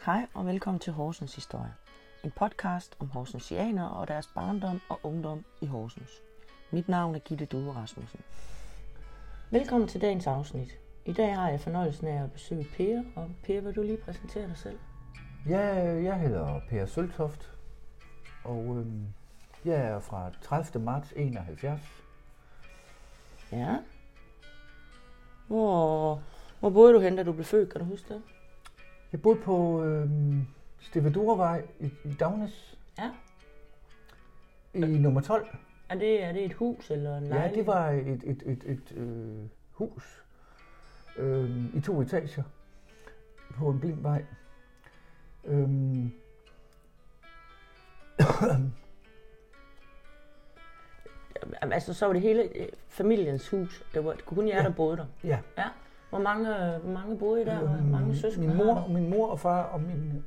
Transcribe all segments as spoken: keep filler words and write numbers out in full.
Hej og velkommen til Horsens Historie. En podcast om horsensianere og deres barndom og ungdom i Horsens. Mit navn er Gitte Due Rasmussen. Velkommen til dagens afsnit. I dag har jeg fornøjelsen af at besøge Per, og Per, vil du lige præsentere dig selv? Ja, jeg hedder Per Søltoft, og øhm, jeg er fra tredivte marts enoghalvfjerds. Ja. Hvor, hvor boede du hen, da du blev født, kan du huske det? Jeg boede på øhm, Stevedorevej i, i Dagnes. Ja. I nummer tolv. Er det, er det et hus eller en lejlighed? Ja, det var et, et, et, et øh, hus øh, i to etager på en blind vej. Øhm. Altså, så var det hele familiens hus. Det var kun jer, ja. der boede der? Ja. Ja. Hvor mange, hvor mange boede I der? Hvor Øhm, mange søskende min mor, min mor og far og min,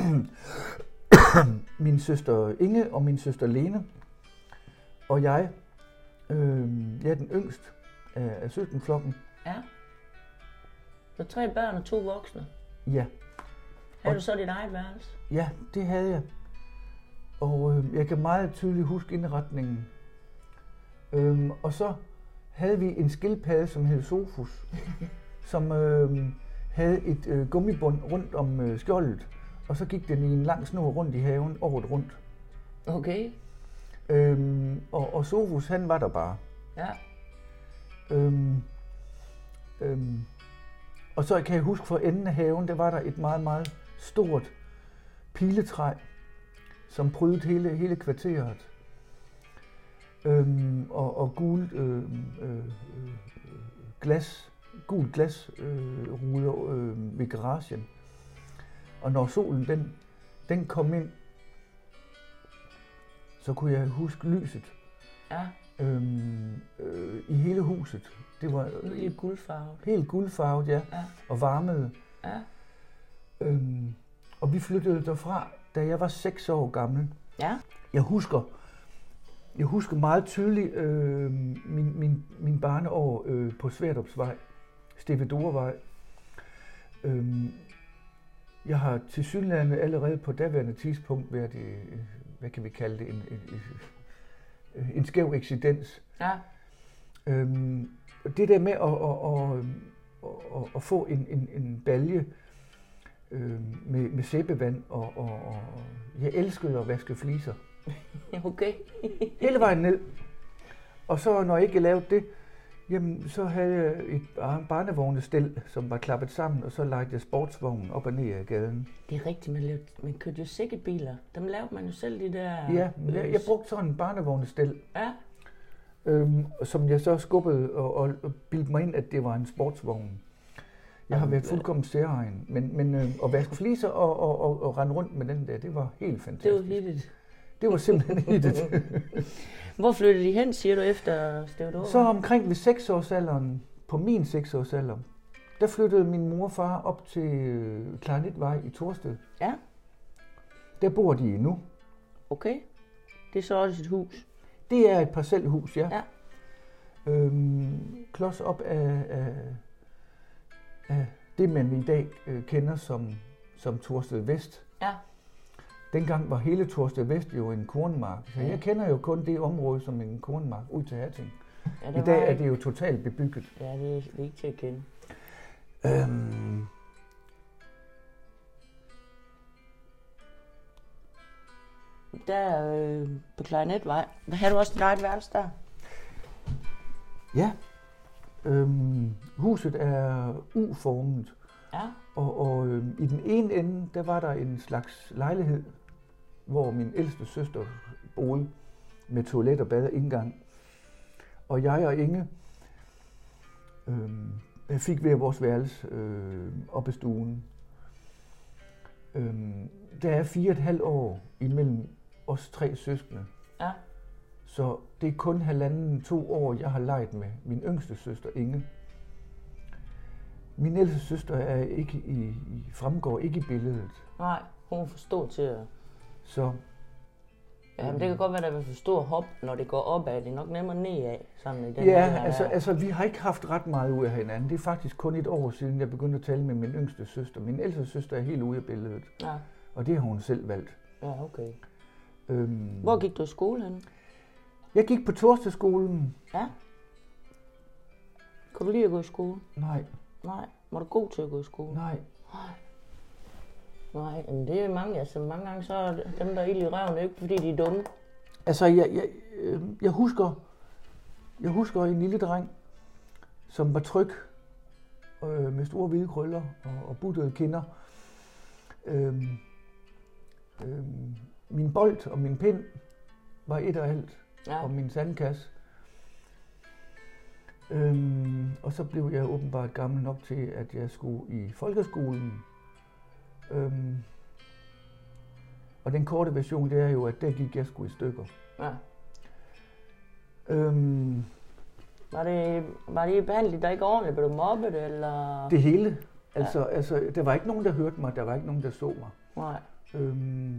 min søster Inge og min søster Lene og jeg. Øh, jeg er den yngste af, af søskenflokken. Ja. Så tre børn og to voksne? Ja. Havde du så dit eget værelse? Ja, det havde jeg. Og øh, jeg kan meget tydeligt huske indretningen. Øhm, og så havde vi en skildpadde, som hed Sofus, som øh, havde et øh, gummibånd rundt om øh, skjoldet. Og så gik den i en lang snor rundt i haven, året rundt. Okay. Øhm, og, og Sofus, han var der bare. Ja. Øhm, øhm, og så kan jeg huske, for enden af haven, der var der et meget, meget stort piletræ, som prydede hele, hele kvarteret. Øhm, og, og gult øh, øh, glas, gult glas øh, ruder øh, ved garagen. Og når solen den, den kom ind, så kunne jeg huske lyset. Ja. Øhm, øh, i hele huset. Det var helt guldfarvet. Helt guldfarvet, ja. Ja. Og varmede. Ja. Øhm, og vi flyttede derfra, da jeg var seks år gammel. Ja. Jeg husker, jeg husker meget tydeligt øh, min, min, min barneår øh, på Sverdrupsvej, Stevedorevej. Øhm, jeg har tilsyneladende allerede på daværende tidspunkt været, øh, hvad kan vi kalde det, en, en, en, en skæv eksidens. Ja. Øhm, det der med at, at, at, at, at få en, en, en balje øh, med, med sæbevand, og, og, og jeg elskede at vaske fliser. Okay. Hele vejen ned. Og så når jeg ikke lavede det, jamen, så havde jeg et barnevognestel, som var klappet sammen, og så lagde jeg sportsvognen op og ned ad gaden. Det er rigtigt, man, lavede, man kørte jo sikkert biler. Dem lavede man jo selv, de der... Ja, jeg, jeg brugte sådan en barnevognestel, Ja. øhm, som jeg så skubbede og, og, og bildte mig ind, at det var en sportsvogn. Jeg har været fuldkommen særegen, men, men øh, at vaske fliser og, og, og, og rende rundt med den der, det var helt fantastisk. Det var hittigt. Det var simpelthen hittigt. Hvor flyttede de hen, siger du, efter Stevedore? Så omkring ved seksårsalderen, på min seksårsalder, der flyttede min mor og far op til Klarinetvej i Torsted. Ja. Der bor de endnu. Okay. Det er så også et hus? Det er et parcelhus, ja. Ja. Øhm, klods op af, af, af det, man i dag øh, kender som, som Torsted Vest. Ja. Dengang var hele Torsted Vest jo en kornmark, så Ja. jeg kender jo kun det område som en kornmark ud til Hatting. Ja, I dag er det jo totalt bebygget. Ja, det er, det er ikke til at kende. Øhm, Der øh, på Klarinetvej, har du også dit eget værelse der? ja, øhm, huset er U-formet, Ja. og, og øhm, i den ene ende, der var der en slags lejlighed, hvor min ældste søster boede, med toilet og bad og indgang. Og jeg og Inge øhm, fik hver vores værelse øh, oppe i stuen. Øhm, der er fire og et halvt år imellem os tre søskende. Ja. Så det er kun halvanden, to år, jeg har leget med min yngste søster Inge. Min ældste søster er ikke i, i fremgår ikke i billedet. Nej, hun er for stor til at... Så Ja, men det kan godt være, at der vil for stor hop, når det går opad. Det er nok nemmere nedad. Sådan i den Ja, her, altså, altså vi har ikke haft ret meget ud af hinanden. Det er faktisk kun et år siden, jeg begyndte at tale med min yngste søster. Min ældste søster er helt ude af billedet. Ja. Og det har hun selv valgt. Ja, okay. Øhm, Hvor gik du i skole henne? Jeg gik på Torsdagsskolen. Ja. Kunne du lide at gå i skole? Nej. Nej. Var du god til at gå i skole? Nej. Nej. Nej, men det er jo mange, altså mange gange så er dem, der er ild i røven, ikke fordi de er dumme. Altså, jeg, jeg, øh, jeg husker, jeg husker en lille dreng, som var tryg, øh, med store hvide krøller og, og buttede kinder. Øhm, øhm, min bold og min pind var et og alt, ja. Og min sandkasse. Øhm, og så blev jeg åbenbart gammel nok til, at jeg skulle i folkeskolen. Øhm, og den korte version, det er jo, at der gik jeg sgu i stykker. Ja. Øhm, var det, var det behandlet der ikke ordentligt? Blev du mobbet, eller? Det hele. Altså, ja. altså, der var ikke nogen, der hørte mig, der var ikke nogen, der så mig. Nej. Øhm,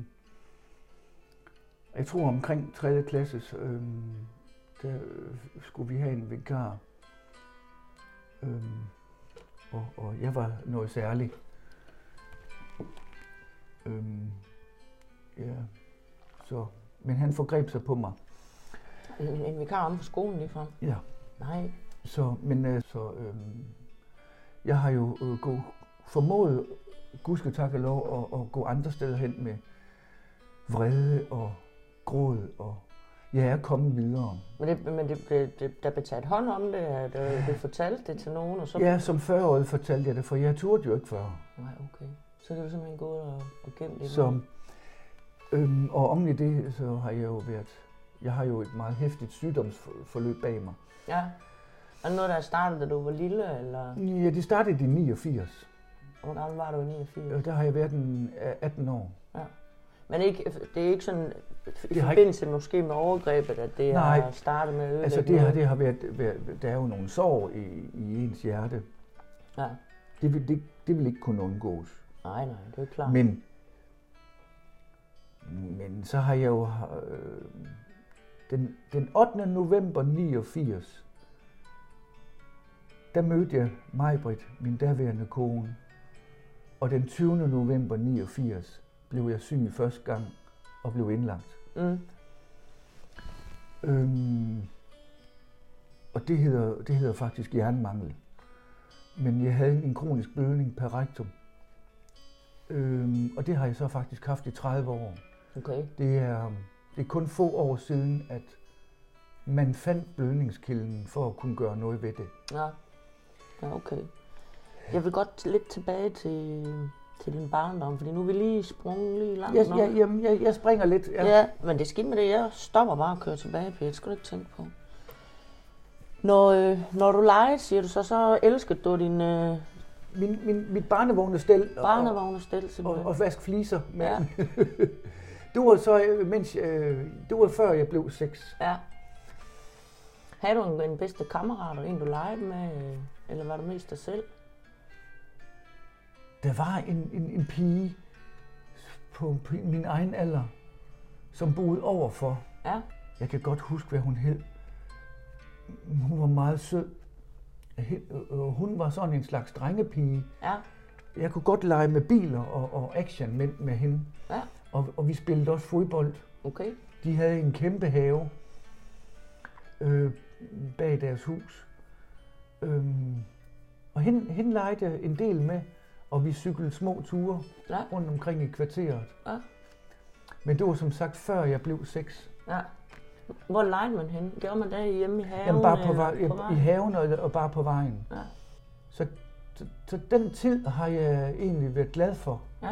jeg tror omkring tredje klasses, øhm, der øh, skulle vi have en vikar. Øhm, og, og jeg var noget særligt. Øhm, ja, så, men han forgreb sig på mig. En, en vikar om på skolen lige frem? Ja. Nej. Så, men øh, så, øhm, jeg har jo øh, gå, formået, gudske tak og lov, at, at gå andre steder hen med vrede og gråd, og jeg er kommet videre. Men, det, men det, det, det, der blev taget hånd om det, at du fortalte det til nogen? Og så... Ja, som fyrre-årig fortalte jeg det, for jeg turde jo ikke før. Nej, okay. Så det var simpelthen gået og, og gemt det? Så, øhm, og om i det, så har jeg jo været, jeg har jo et meget hæftigt sygdomsforløb bag mig. Ja. Er det noget, der startede, da du var lille, eller? Ja, det startede i niogfirs. Hvor gammel var du i niogfirs? Der har jeg været en atten år. Ja. Men ikke, det er ikke sådan i det forbindelse ikke... måske med overgrebet, at det Nej, har startet med at ødelægge altså det har, det har været, været, der er jo nogle sår i, i ens hjerte. Ja. Det vil, det, det vil ikke kunne undgås. Nej, nej, det er klart. Men, men så har jeg jo, øh, den, den ottende november niogfirs, der mødte jeg Maj-Britt, min daværende kone. Og den tyvende november niogfirs blev jeg syg første gang og blev indlagt. Mm. Øhm, og det hedder, det hedder faktisk hjernemangel. Men jeg havde en kronisk blødning per rectum. Øhm, og det har jeg så faktisk haft i tredive år. Okay. Det er, det er kun få år siden, at man fandt blødningskilden for at kunne gøre noget ved det. Ja, ja okay. Jeg vil godt lidt tilbage til, til din barndom, fordi nu er vi lige sprunget lige langt jeg, nok. Jeg, jeg, jeg, jeg springer lidt. Ja. ja, men det er skidt med det. Jeg stopper bare og kører tilbage, Peter. Det skal du ikke tænke på. Når, øh, når du legede, siger du så, så elskede du din... Øh, min, min, mit barnevognestel. Barnevognestel, simpelthen. Og, og vask fliser. Ja. Det var så, mens øh, det var før jeg blev seks. Ja. Havde du en, en bedste kammerat, og en du legede med, eller var det mest dig selv? Der var en, en, en pige på, på min egen alder, som boede overfor. Ja. Jeg kan godt huske, hvad hun hed. Hun var meget sød. Hun var sådan en slags drengepige. Ja. Jeg kunne godt lege med biler og, og action med, med hende. Ja. Og, og vi spillede også fodbold. Okay. De havde en kæmpe have øh, bag deres hus. Øhm, og hende, hende legede jeg en del med, og vi cyklede små ture ja. rundt omkring i kvarteret. Ja. Men det var som sagt før jeg blev seks. Ja. Hvor legede man henne? Gjorde man det hjemme i haven? Jamen bare på, vej, på i haven og, og bare på vejen. Ja. Så, så, så den tid har jeg egentlig været glad for. Ja.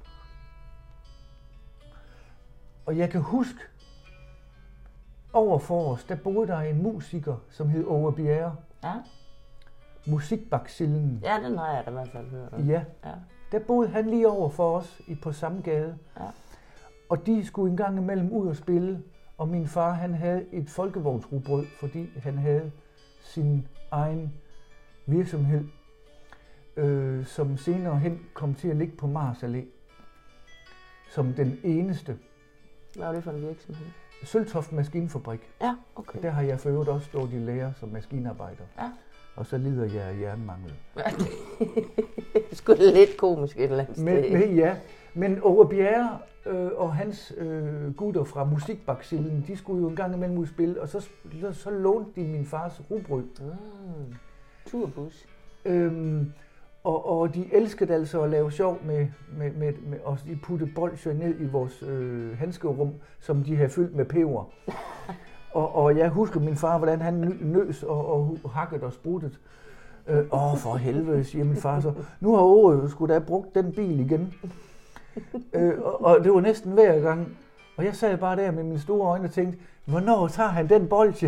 Og jeg kan huske, overfor os, der boede der en musiker, som hed Ove Bjerre. Ja. Musikbaksillen. Ja, den har jeg da i hvert fald hørt. Ja. Ja. Der boede han lige over for os i, på samme gade. Ja. Og de skulle en gang imellem ud og spille. Og min far, han havde et folkevognsrugbrød, fordi han havde sin egen virksomhed, øh, som senere hen kom til at ligge på Mars Allé, som den eneste. Hvad var det for en virksomhed? Søltoft Maskinfabrik. Ja, okay. Der har jeg for øvrigt også stået i lære som maskinarbejder. Ja. Og så lider jeg af jernmangel. Ja, det skulle lidt komisk et eller andet men, sted. men, ja, men Aage Bjerre øh, og hans øh, gutter fra Musikbaksillen, de skulle jo en gang imellem ud spille, og så, så, så lånte de min fars rugbrød. Mm. Turbus. Øhm, og, og de elskede altså at lave sjov med, med, med, med os. De puttede bolsjer ned i vores øh, handskerum, som de havde fyldt med peber. og, og jeg husker min far, hvordan han nøs og, og hakket og spruttet. Åh, øh, oh, for helvede, siger min far så. Nu har Åre sgu da brugt den bil igen. øh, og, og det var næsten hver gang. Og jeg sad bare der med mine store øjne og tænkte, hvornår tager han den bolsje?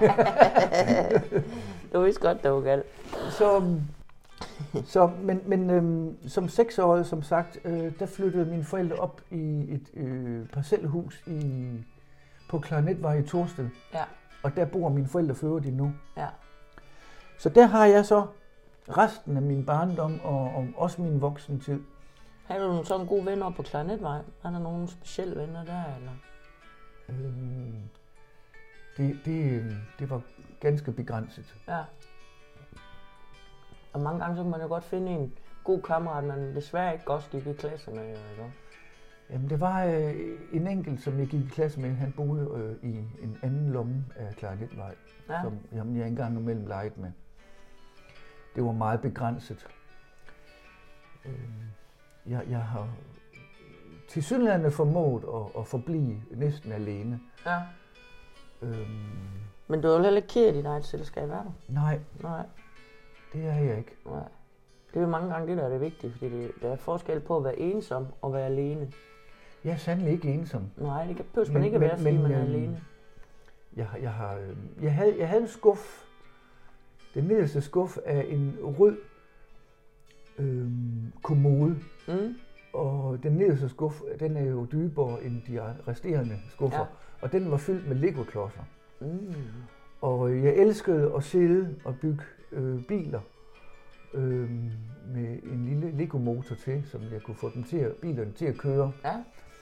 Du vidste godt, det var galt. Så, så, men men øhm, som seksårig, som sagt, øh, der flyttede mine forældre op i et øh, parcelhus i, på Klarinetvej i Torsted. Ja. Og der bor mine forældre for øvrigt nu. Ja. Så der har jeg så resten af min barndom og, og også min voksentid. Har du nogle sådan gode venner op på Klarinetvej? Er der nogle specielle venner der, eller? Øhm, det, det, det var ganske begrænset. Ja. Og mange gange så kan man jo godt finde en god kammerat, man desværre ikke godt gik i klasse med, eller? Jamen, det var øh, en enkelt, som jeg gik i klasse med. Han boede øh, i en anden lomme af Klarinetvej, ja. Som jamen, jeg engang imellem legede med. Det var meget begrænset. Øh, jeg, jeg har tilsyneladende formået at, at forblive næsten alene. Ja. Øhm, Men du er jo heller ikke ked af dit eget selskab, er du? Nej. Nej. Det er jeg ikke. Nej. Det er jo mange gange det, der er det vigtige, fordi det, der er forskel på at være ensom og være alene. Jeg er sandelig ikke ensom. Nej, det kan behøver man ikke at være, fordi men, man er øh, alene. Jeg, jeg, har, øh, jeg, havde, jeg havde en skuff. Den nederste skuff er en rød øh, kommode. Mm. Og den nederste skuff, den er jo dybere end de resterende skuffer. Ja. Og den var fyldt med Lego-klodser. Mm. Og jeg elskede at sidde og bygge øh, biler øh, med en lille Lego-motor til, som jeg kunne få dem til at, bilerne til at køre. Ja.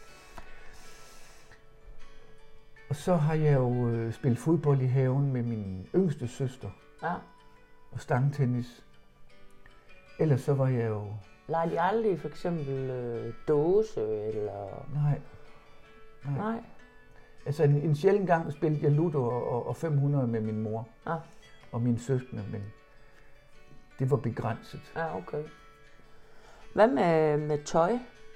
Og så har jeg jo øh, spillet fodbold i haven med min yngste søster. Ja. Og stangtennis. Ellers så var jeg jo... Leger de aldrig for eksempel øh, dåse eller... Nej. Nej. Nej. Altså en, en sjælden gang spillede jeg Ludo og, og fem hundrede med min mor. Ja. Og mine søskende, men det var begrænset. Ja, okay. Hvad med, med tøj?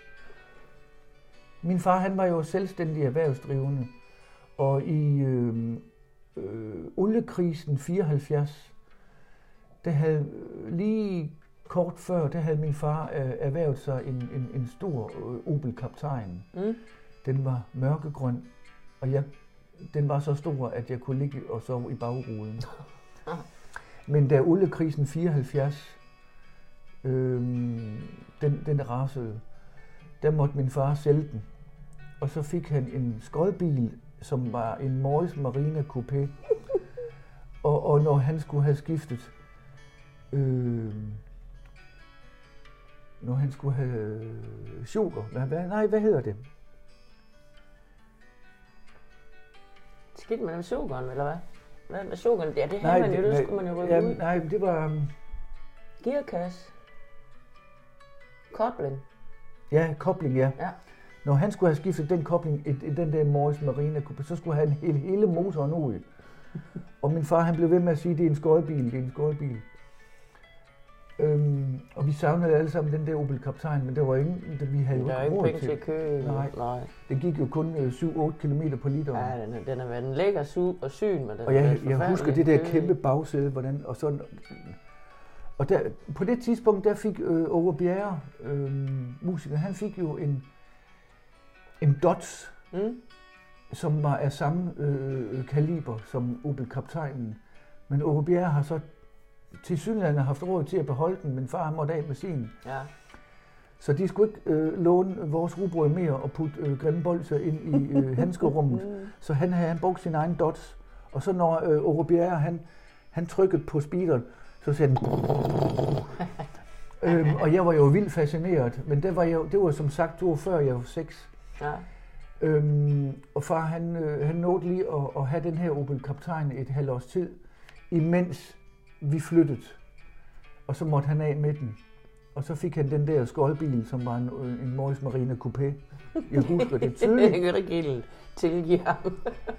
Min far, han var jo selvstændig erhvervsdrivende. Og i øh, øh, oliekrisen fireoghalvfjerds, der havde lige kort før, der havde min far øh, erhvervet sig en, en, en stor øh, Opel Kaptajn. Mm. Den var mørkegrøn, og jeg, den var så stor, at jeg kunne ligge og sove i bagruden. Men da oliekrisen fireoghalvfjerds, øh, den, den rasede, der måtte min far sælge den. Og så fik han en skodbil, som var en Morris Marina Coupé. og, og når han skulle have skiftet, øh, når han skulle have øh, sugar, hvad, hvad, nej, hvad hedder det? Skidt med dem sugeren, eller hvad? Hvad med sugeren? Ja, det havde man jo, det skulle man jo rykke ja, ud. Nej, det var... Um... Gearkasse. Kobling. Ja, kobling, ja. ja. Når han skulle have skiftet den kobling i, i den der Morris Marina Coupé, så skulle han hele, hele motoren ud. Og min far, han blev ved med at sige, at det er en skodbil, det er en skodbil. Øhm, og vi savnede alle sammen den der Opel Kaptajn, men der var ingen, der vi havde jo ikke råd til. Der er ikke penge til at købe. Nej, nej. Den gik jo kun øh, syv otte kilometer på literen. Ja, den, er, den er været en lækker su og syn, men den og jeg, er jeg husker det der kæmpe bagsæde, hvordan, og sådan. Og der, på det tidspunkt, der fik øh, Aage Bjerre, øh, musikeren, han fik jo en, en Dodge, mm. som var af samme øh, kaliber som Opel Kaptajnen. Men Aage Bjerre har så tilsyneladende haft råd til at beholde den, men far måtte af med sin. Ja. Så de skulle ikke øh, låne vores rugbrød mere og putte øh, grimme bolser ind i øh, handskerummet. Så han havde han brugt sin egen Dodge. Og så når øh, Aage Bjerre, han, han trykkede på speederen, så sagde den... øhm, og jeg var jo vildt fascineret, men det var, jo, det var som sagt, det var før jeg var seks. Ja. Øhm, og far, han, øh, han nåede lige at, at have den her Opel Kaptajn et halvt års tid, imens vi flyttede. Og så måtte han af med den. Og så fik han den der skoldbil, som var en, en Morris Marina Coupé. Jeg husker det tydeligt. Jeg kan ikke helt tilgive ham.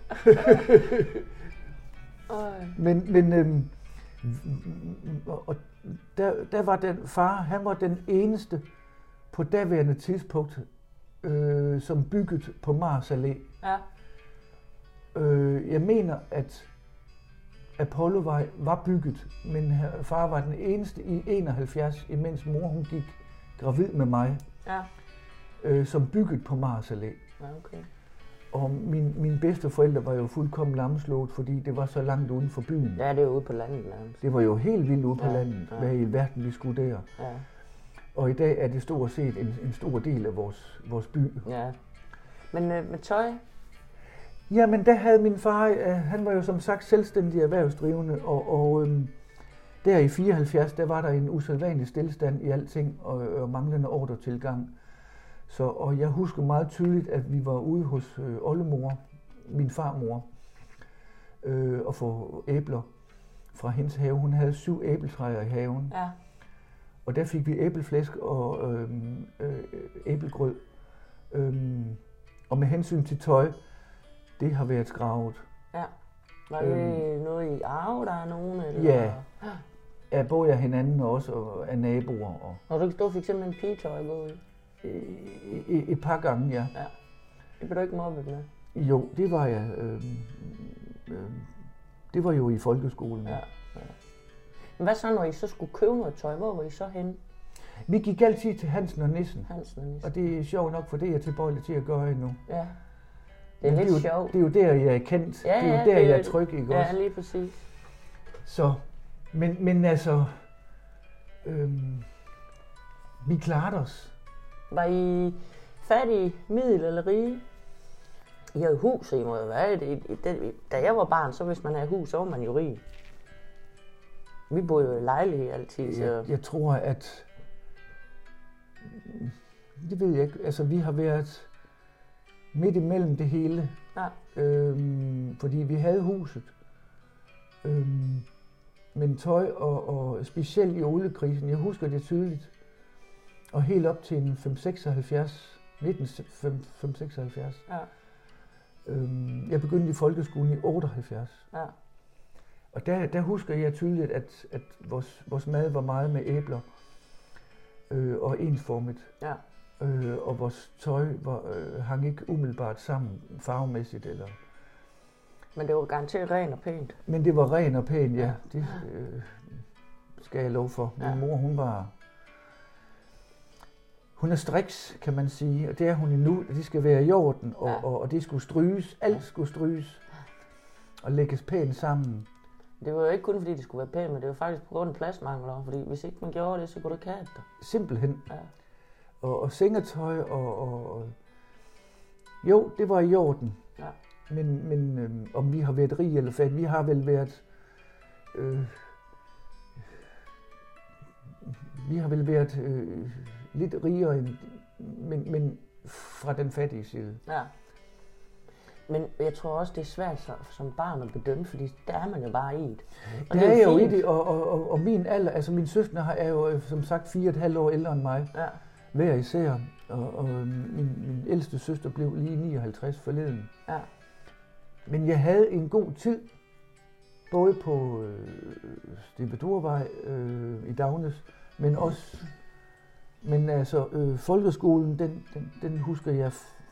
men men øhm, og der, der var den far, han var den eneste på daværende tidspunkt, øh, som byggede på Mars Allé. Ja. Øh, jeg mener, at Apollevej var bygget, men far var den eneste i enoghalvfjerds, imens mor hun gik gravid med mig, ja. øh, som byggede på Mars Allé. Ja, okay. Og min, mine bedsteforældre var jo fuldkommen lamslået, fordi det var så langt uden for byen. Ja, det er jo ude på landet nærmest. Det var jo helt vildt ude på ja, landet, ja. hvad i verden vi skulle der. Ja. Og i dag er det stort set en, en stor del af vores, vores by. Ja. Men øh, med tøj? Jamen, der havde min far, øh, han var jo som sagt selvstændig erhvervsdrivende, og, og øh, der i fireoghalvfjerds, der var der en usædvanlig stillestand i alting, og, og manglende ordretilgang. Så, og jeg husker meget tydeligt, at vi var ude hos øh, oldemor, min farmor, øh, og få æbler fra hendes have. Hun havde syv æbletræer i haven. Ja. Og der fik vi æbleflæsk og øh, øh, æblegrød. Øh, og med hensyn til tøj, det har været skravet. Ja. Var det øhm, noget i arve, der er nogen? Eller? Ja. Af både af hinanden og også og af naboer. Og, og du stod fx en pigetøj gå i? Et, et par gange, ja. Ja. Det blev du ikke mobbet med? Jo, det var jeg. Øh, øh, det var jo i folkeskolen. Ja. Ja. Men hvad så, når I så skulle købe noget tøj? Hvor var I så henne? Vi gik altid til Hansen og Nissen. Hansen og Nissen. Og det er sjovt nok, for det er jeg tilbøjelig til at gøre endnu. Ja. Det er Men lidt det er jo, sjovt. Det er jo der, jeg er kendt. Ja, det er jo ja, der, det er, jeg er tryg, ikke ja, også? Ja, lige præcis. Så, men, men altså, øhm, vi klarede os. Var I fattige, middel eller rige? I havde hus, så I må jo være det. Da jeg var barn, så hvis man havde hus, så var man jo rig. Vi boede jo i lejlighed altid. Så... Jeg, jeg tror, at... Det ved jeg ikke. Altså, vi har været midt imellem det hele. Ja. Øhm, fordi vi havde huset. Øhm, men tøj, og, og specielt i oliekrisen, jeg husker det tydeligt. Og helt op til en fem seksoghalvfjerds, nitten fem seksoghalvfjerds. Ja. Øhm, jeg begyndte i folkeskolen i otteoghalvfjerds. Ja. Og der, der husker jeg tydeligt, at, at vores, vores mad var meget med æbler øh, og ensformet. Ja. Øh, og vores tøj var, øh, hang ikke umiddelbart sammen farvemæssigt. Eller... Men det var garanteret ren og pænt. Men det var ren og pænt, ja. Det øh, skal jeg love for. Min ja. mor, hun var... Hun er striks, kan man sige, og det er hun endnu. Det skal være i orden, og, ja. og, og det skulle stryges. Alt skulle stryges og lægges pænt sammen. Det var jo ikke kun fordi det skulle være pænt, men det var faktisk på grund af pladsmangel. Fordi hvis ikke man gjorde det, så kunne du ikke have det. Simpelthen. Ja. Og, og sengetøj og, og, og... Jo, det var i orden. Ja. Men, men øhm, om vi har været rige eller fattige, vi har vel været... Øh, vi har vel været øh, lidt rigere, end, men, men fra den fattige side. Ja. Men jeg tror også, det er svært som barn at bedømme, fordi der er man jo bare i det. Og det er, er jo i det, og, og, og, og min alder, altså min søster er jo som sagt fire og et halvt år ældre end mig, ja. hver især. Og, og min, min ældste søster blev lige nioghalvtreds forleden. Ja. Men jeg havde en god tid, både på øh, Stebedorvej øh, i Dagnes, men også, men altså øh, folkeskolen, den, den, den husker jeg.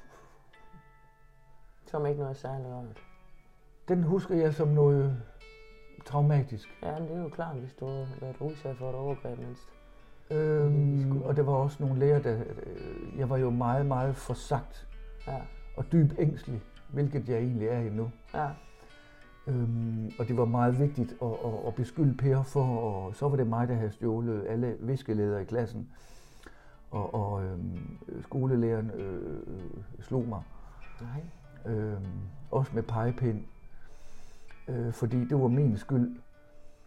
Som ikke noget særligt rart. Den husker jeg som noget traumatisk. Ja, det er jo klart, hvis du har været udsat for et overgreb mindst. Øhm, og der var også nogle læger, der... Øh, jeg var jo meget, meget forsagt ja. og dyb ængstelig, hvilket jeg egentlig er endnu. Ja. Øhm, og det var meget vigtigt at, at, at beskylde Per for, og så var det mig, der havde stjålet alle viskeledere i klassen. Og, og øhm, skolelæreren øh, slog mig. Nej. Øhm, også med pegepind, øh, fordi det var min skyld.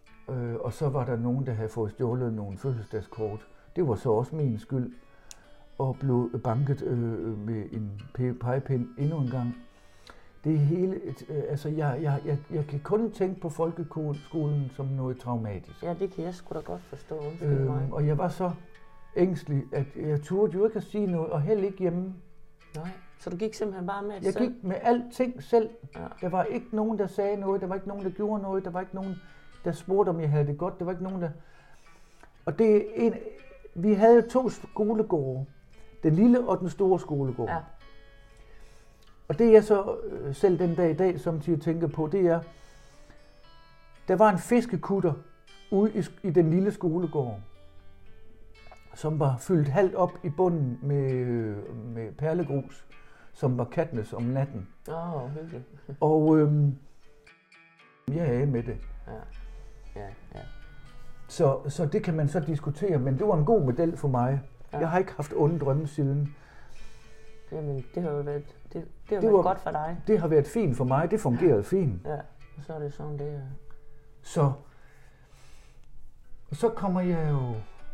Øh, og så var der nogen, der havde fået stjålet nogle fødselsdagskort. Det var så også min skyld. og blev banket øh, med en pegepind endnu en gang. Det hele, øh, altså jeg, jeg, jeg, jeg kan kun tænke på folkeskolen som noget traumatisk. Ja, det kan jeg sgu da godt forstå. Øh, og jeg var så ængstelig, at jeg turde jo ikke at sige noget, og heller ikke hjemme. Nej, så du gik simpelthen bare med det Jeg selv? gik med alting selv. Ja. Der var ikke nogen, der sagde noget, der var ikke nogen, der gjorde noget, der var ikke nogen, der spurgte, om jeg havde det godt, der var ikke nogen, der... Og det er en... Vi havde to skolegårde, den lille og den store skolegård. Ja. Og det jeg så øh, selv den dag i dag, som jeg tænker på, det er, der var en fiskekutter ude i, i den lille skolegård, som var fyldt halvt op i bunden med, med perlegrus, som var Katniss om natten. Åh, oh, hyggeligt. Og øhm, jeg er med det. Ja, ja, ja. Så, så det kan man så diskutere, men det var en god model for mig. Ja. Jeg har ikke haft onde drømme siden. Jamen, det har jo været, det, det har det været var, godt for dig. Det har været fint for mig, det fungerede fint. Ja, og så er det sådan, det er. Så, så kommer jeg jo...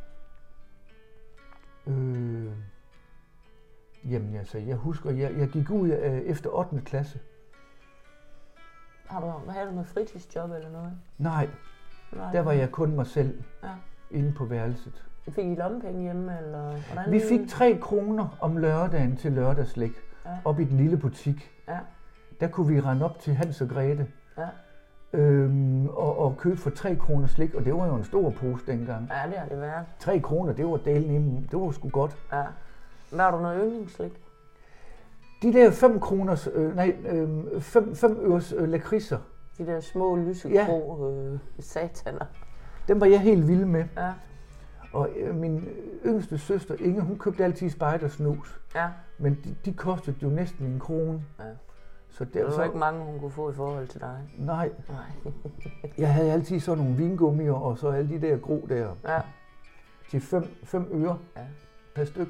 Øh, jamen altså, jeg husker, jeg, jeg gik ud øh, efter ottende klasse. Har du, hvad havde du med fritidsjob eller noget? Nej, Nej, der var jeg kun mig selv ja. inde på værelset. Fik I lommepenge hjemme, eller hvordan? Vi fik tre kroner om lørdagen til lørdagslæg, ja. op i den lille butik. Ja. Der kunne vi rende op til Hans og Grete ja. øhm, og, og købe for tre kroner slik, og det var jo en stor pose dengang. Ja, det har det været. Tre kroner, det var delen inden. Det var sgu godt. Ja. Hvad har du noget yndlingsslik? De der fem kroners, øh, nej, øh, fem, fem øres øh, lakridser. De der små lysegrå ja. øh, sataner. Dem var jeg helt vild med. Ja. Og øh, min yngste søster Inge, hun købte altid spejdersnus. Ja. Men de, de kostede jo næsten en krone. Ja. Så det var så ikke mange, hun kunne få i forhold til dig. Nej. Nej. Jeg havde altid sådan nogle vingummier, og så alle de der grå der. Ja. Til fem, fem øre ja. per styk.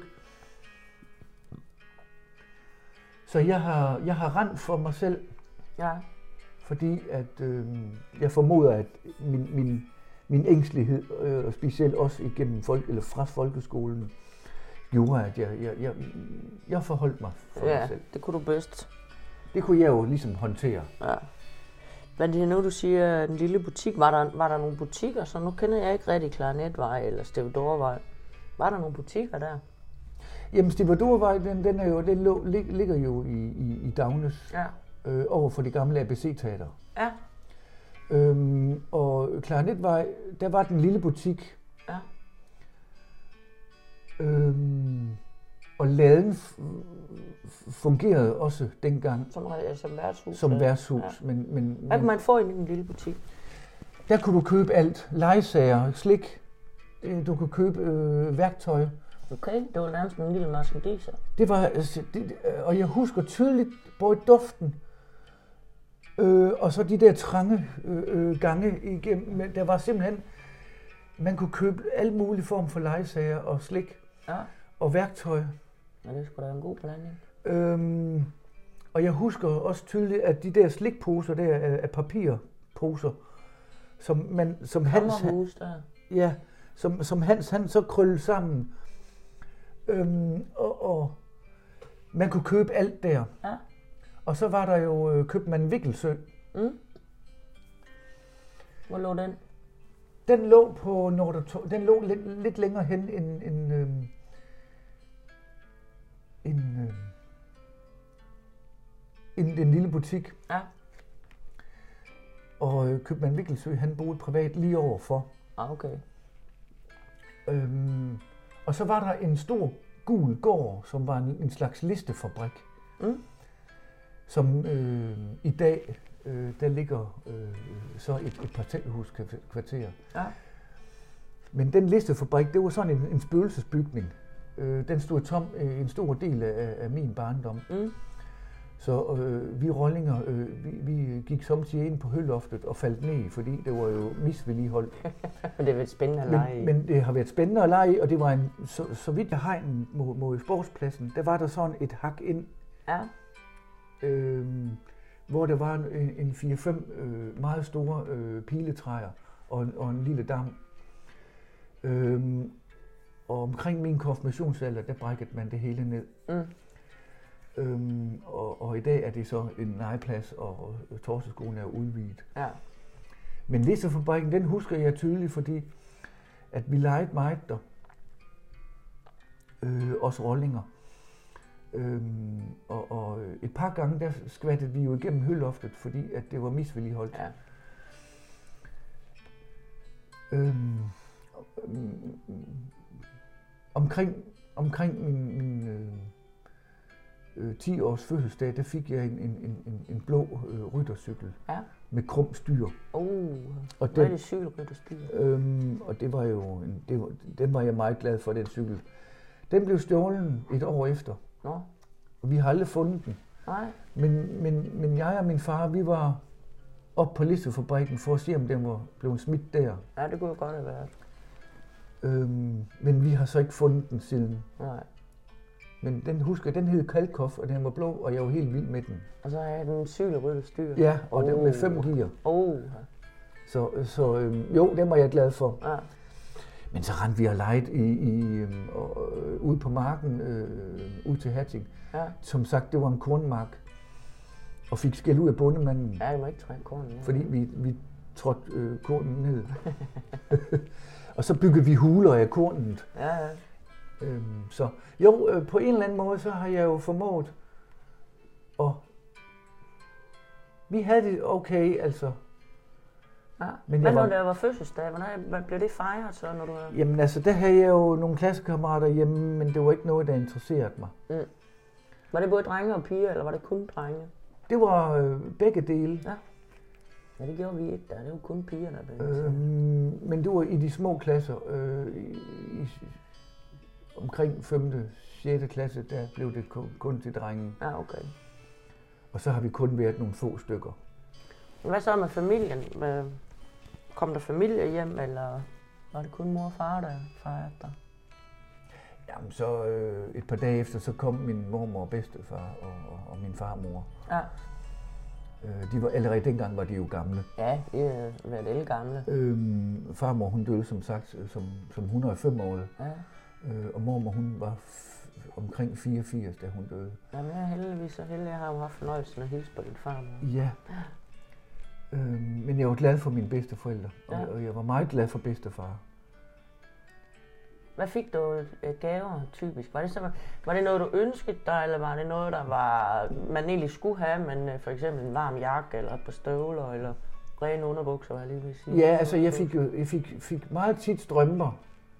Så jeg har, jeg har rendt for mig selv. Ja. Fordi at øh, jeg formoder, at min, min, min ængstelighed, øh, og specielt også igennem folk, eller fra folkeskolen, gjorde, at jeg, jeg, jeg, jeg forholdt mig for ja, mig selv. Det kunne du bedst. Det kunne jeg jo ligesom håndtere. Ja. Men det er nu, du siger, den lille butik. Var der, var der nogle butikker? Så nu kender jeg ikke rigtig Klarinetvej eller Stevedorevej. Var der nogle butikker der? Jamen, Stevedorevej, den, den, er jo, den lå, lig, ligger jo i, i, i Dagnes, ja. øh, over for det gamle A B C-teater. Ja. Øhm, og Klarinetvej, der var den lille butik. Ja. Øhm, og laden fungerede også dengang. Som, som værtshus? Som værtshus. Ja. Men, men, Hvad kunne man få i den lille butik? Der kunne du købe alt. Lejesager, slik. Du kunne købe øh, værktøj. Okay, det var nærmest en lille merchandiser. Det var, altså, det, og jeg husker tydeligt både duften, øh, og så de der trange øh, gange igennem. Men der var simpelthen, man kunne købe alle mulige former for lejesager og slik ja. og værktøj. Ja, det skulle da en god blanding. Øhm, og jeg husker også tydeligt, at de der slikposer der af papirposer, som man, som Hans, der. ja, som, som Hans han så krøllede sammen. Øhm, og, og man kunne købe alt der. Ja. Og så var der jo øh, købmand Vikkelsø. Mm. Hvor lå den? Den lå på Nordre, den lå lidt, lidt længere hen end end, øh, end, øh, end den lille butik. Ja. Og øh, købmand Vikkelsø, han boede privat lige overfor. Ah, okay. Øhm, og så var der en stor gul gård, som var en, en slags listefabrik. Mm. Som øh, i dag, øh, der ligger øh, så et, et parcelhuskvarter. Ja. Men den listefabrik, det var sådan en, en spøgelsesbygning. Øh, den stod tom øh, en stor del af, af min barndom. Mm. Så øh, vi rollinger, øh, vi, vi gik samtidig ind på høloftet og faldt ned, fordi det var jo misvedligeholdt. Men det har været spændende at lege i. Men, men det har været spændende at lege i, og det var en, så, så vidt jeg hegnen mod, mod sportspladsen, der var der sådan et hak ind. Ja. Øh, hvor der var en, en fire fem øh, meget store øh, piletræer og, og en lille dam. Øh, og omkring min konfirmationsalder, der brækkede man det hele ned. Mm. Øhm, og, og i dag er det så en legeplads, og Torseskolen er udvidet. Ja. Men Nissefabrikken, den husker jeg tydeligt, fordi at vi legede meget der. Øh, også rollinger. Øhm, og, og et par gange, der skvattede vi jo igennem høloftet, fordi at det var misvedligeholdt. Ja. Øhm, øhm, omkring, omkring min, min øh, øh, ti års fødselsdag, der fik jeg en, en, en, en blå øh, ryttercykel Ja. med krum styr. Uh, Og hvad er den, det cykelrytterstyr? øhm, og det var jo, en, det var, den var jeg meget glad for, den cykel. Den blev stjålen et år efter, Nå, og vi har aldrig fundet den. nej. Men, men, men jeg og min far, vi var op på Nissefabrikken for at se, om den var blevet smidt der. Ja, det kunne jo godt have været. Øhm, men vi har så ikke fundet den siden. Nej. Men den husker jeg, den hed Kalkoff, og den var blå, og jeg var helt vild med den. Og så har jeg den cykelrytterstyr. Ja, og den med Oh. fem gear. Oh. Så, så øhm, jo, den var jeg glad for. Ja. Men så rendte vi og legede i, i, øhm, og, øh, ude på marken, øh, ud til Hatting. Ja. Som sagt, det var en kornmark. Og fik skæld ud af bondemanden, Ja, jeg må ikke trække kornen. Ja. fordi vi, vi trådte øh, kornen ned. Og så byggede vi huler af kornet. Ja, ja. Øhm, så jo, øh, på en eller anden måde, så har jeg jo formået at... Vi havde det okay, altså. Ja. Men Hvad jeg var- når der var fødselsdag? Hvordan hvad blev det fejret så, når du var... Jamen altså, der havde jeg jo nogle klassekammerater hjemme, men det var ikke noget, der interesserede mig. Mm. Var det både drenge og piger, eller var det kun drenge? Det var øh, begge dele. Ja. Ja, det gjorde vi ikke der. Det var kun piger, der blev Øhm, men det var i de små klasser. Øh, i, i, omkring femte sjette klasse, der blev det kun, kun til drenge. Ja, okay. Og så har vi kun været nogle få stykker. Hvad så med familien? Hvad- Kom der familie hjem, eller var det kun mor og far, der fejrede dig? Jamen så øh, et par dage efter, så kom min mormor og bedstefar og, og, og min farmor. Ja. Øh, de var, allerede dengang var de jo gamle. Ja, de har været ældgamle. Øhm, farmor hun døde som sagt øh, som, som hundrede og fem årig. Ja. Øh, og mormor hun var f- omkring fireogfirs, da hun døde. Jamen, jeg er heldigvis så heldig, jeg har jo haft fornøjelsen at hilse på din farmor. Ja. Øhm, men jeg var glad for mine bedsteforældre, og, Ja. og jeg var meget glad for bedstefar. Hvad fik du af gaver typisk? Var det, så, var det noget, du ønskede dig, eller var det noget, der var, man egentlig skulle have, men øh, for eksempel en varm jakke, eller et par støvler, eller rene underbukser, var jeg lige vil sige? Ja, altså jeg fik jo jeg fik, fik meget tit strømper.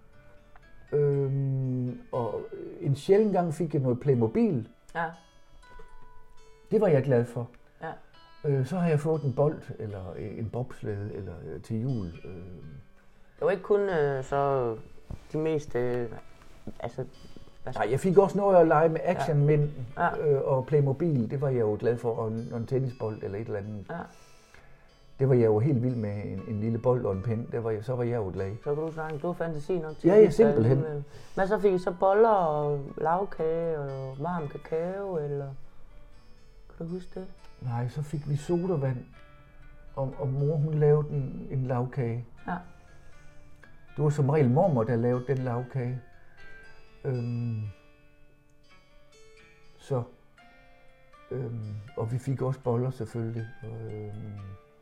Øhm, og en sjælden gang fik jeg noget Playmobil. Ja, Det var jeg glad for. ja. Øh, så har jeg fået en bold, eller en bobslæde, eller øh, til jul. Øh, Det var ikke kun øh, så de mest, øh, altså, hvad Nej, jeg fik også noget at lege med actionmænd Ja. øh, og Playmobil. Det var jeg jo glad for. Og en, og en tennisbold eller et eller andet. Ja. Det var jeg jo helt vild med. En, en lille bold og en pind. Der var jeg, så var jeg jo glad. Så kan du snakke, du har fantasi nok til Ja, at ja, vise dig simpelthen. alligevel. Men så fik I så boller og lavkage og varm kakao, eller kan du huske det? Nej, så fik vi sodavand. Og, og mor hun lavede en, en lavkage. Ja. Det var som regel mormor, der lavede den lavkage. Øhm, så, øhm, og vi fik også boller selvfølgelig. Øhm,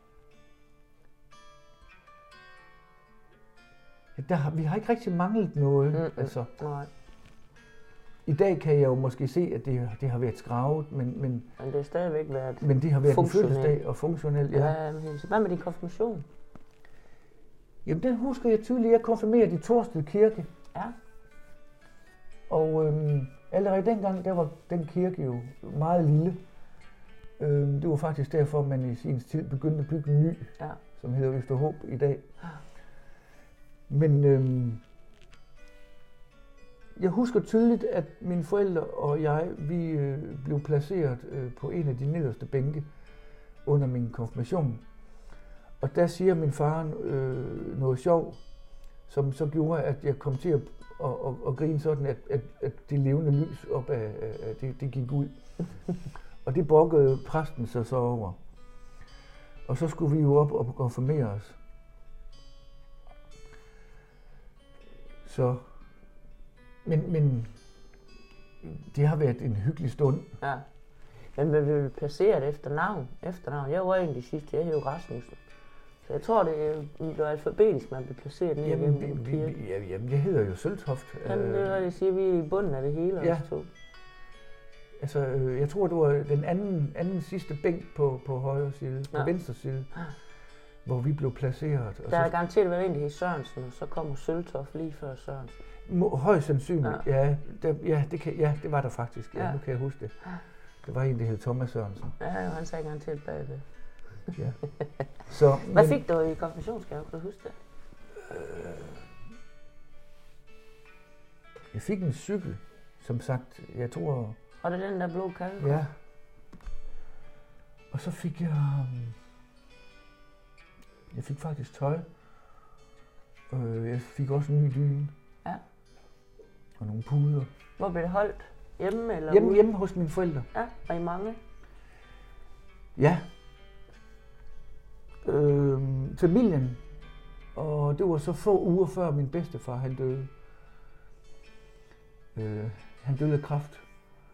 ja, der har, vi har ikke rigtig manglet noget. Mm-mm. Altså, Nej, i dag kan jeg jo måske se, at det, det har været skravet, men, men, men det har stadigvæk været... men det har været en Funktionel. fødselsdag og funktionel. Ja. Ja, men helt- så hvad med din konfirmation? Jamen, den husker jeg tydeligt. Jeg konfirmerede i Torsted Kirke. Ja. Og øhm, allerede dengang, der var den kirke jo meget lille. Øhm, det var faktisk derfor, man i sin tid begyndte at bygge en ny, Ja. som hedder Østerhåb i dag. Ja. Men øhm, jeg husker tydeligt, at mine forældre og jeg, vi øh, blev placeret øh, på en af de nederste bænke under min konfirmation. Og der siger min far øh, noget sjov, som så gjorde, at jeg kom til at, at, at, at grine sådan, at, at, at det levende lys op af, af, af det, det gik ud. Og det brokkede præsten sig så over. Og så skulle vi jo op og konfirmere os. Så men, men det har været en hyggelig stund. Ja. Men hvad vil vi placere det efter navn? Efternavn? Jeg var en af de sidste, jeg hed Rasmussen. Så jeg tror, det er alfabetisk, man bliver placeret ned Jamen, igennem vi, vi, ja, jamen, jeg hedder jo Søltoft. Jamen, det er det, siger, vi er i bunden af det hele, ja. Os to. Altså, øh, jeg tror, det var den anden, anden sidste bænk på, på højre side, på ja. venstre side, ja. hvor vi blev placeret. Og der er så, garanteret været en, der hed Sørensen, og så kommer Søltoft lige før Sørensen. Må, højst sandsynligt, ja. Ja, der, ja, det kan, ja, det var der faktisk. Ja, ja. Nu kan jeg huske det. Det var en, der hed Thomas Sørensen. Ja, han sagde garanteret bagved. Ja. Så, hvad fik du i konfirmationsgave, kan du huske det? Øh, jeg fik en cykel, som sagt, jeg tror... Og det er den der blå kalk? Ja. Og så fik jeg... Jeg fik faktisk tøj. Øh, jeg fik også en ny dyne. Ja. Og nogle puder. Hvor blev det holdt? Hjemme eller hjemme, ude? Hjemme hos mine forældre. Ja, og I mange? Ja. Øh, familien. Og det var så få uger før min bedstefar han døde. Øh, han døde af kræft.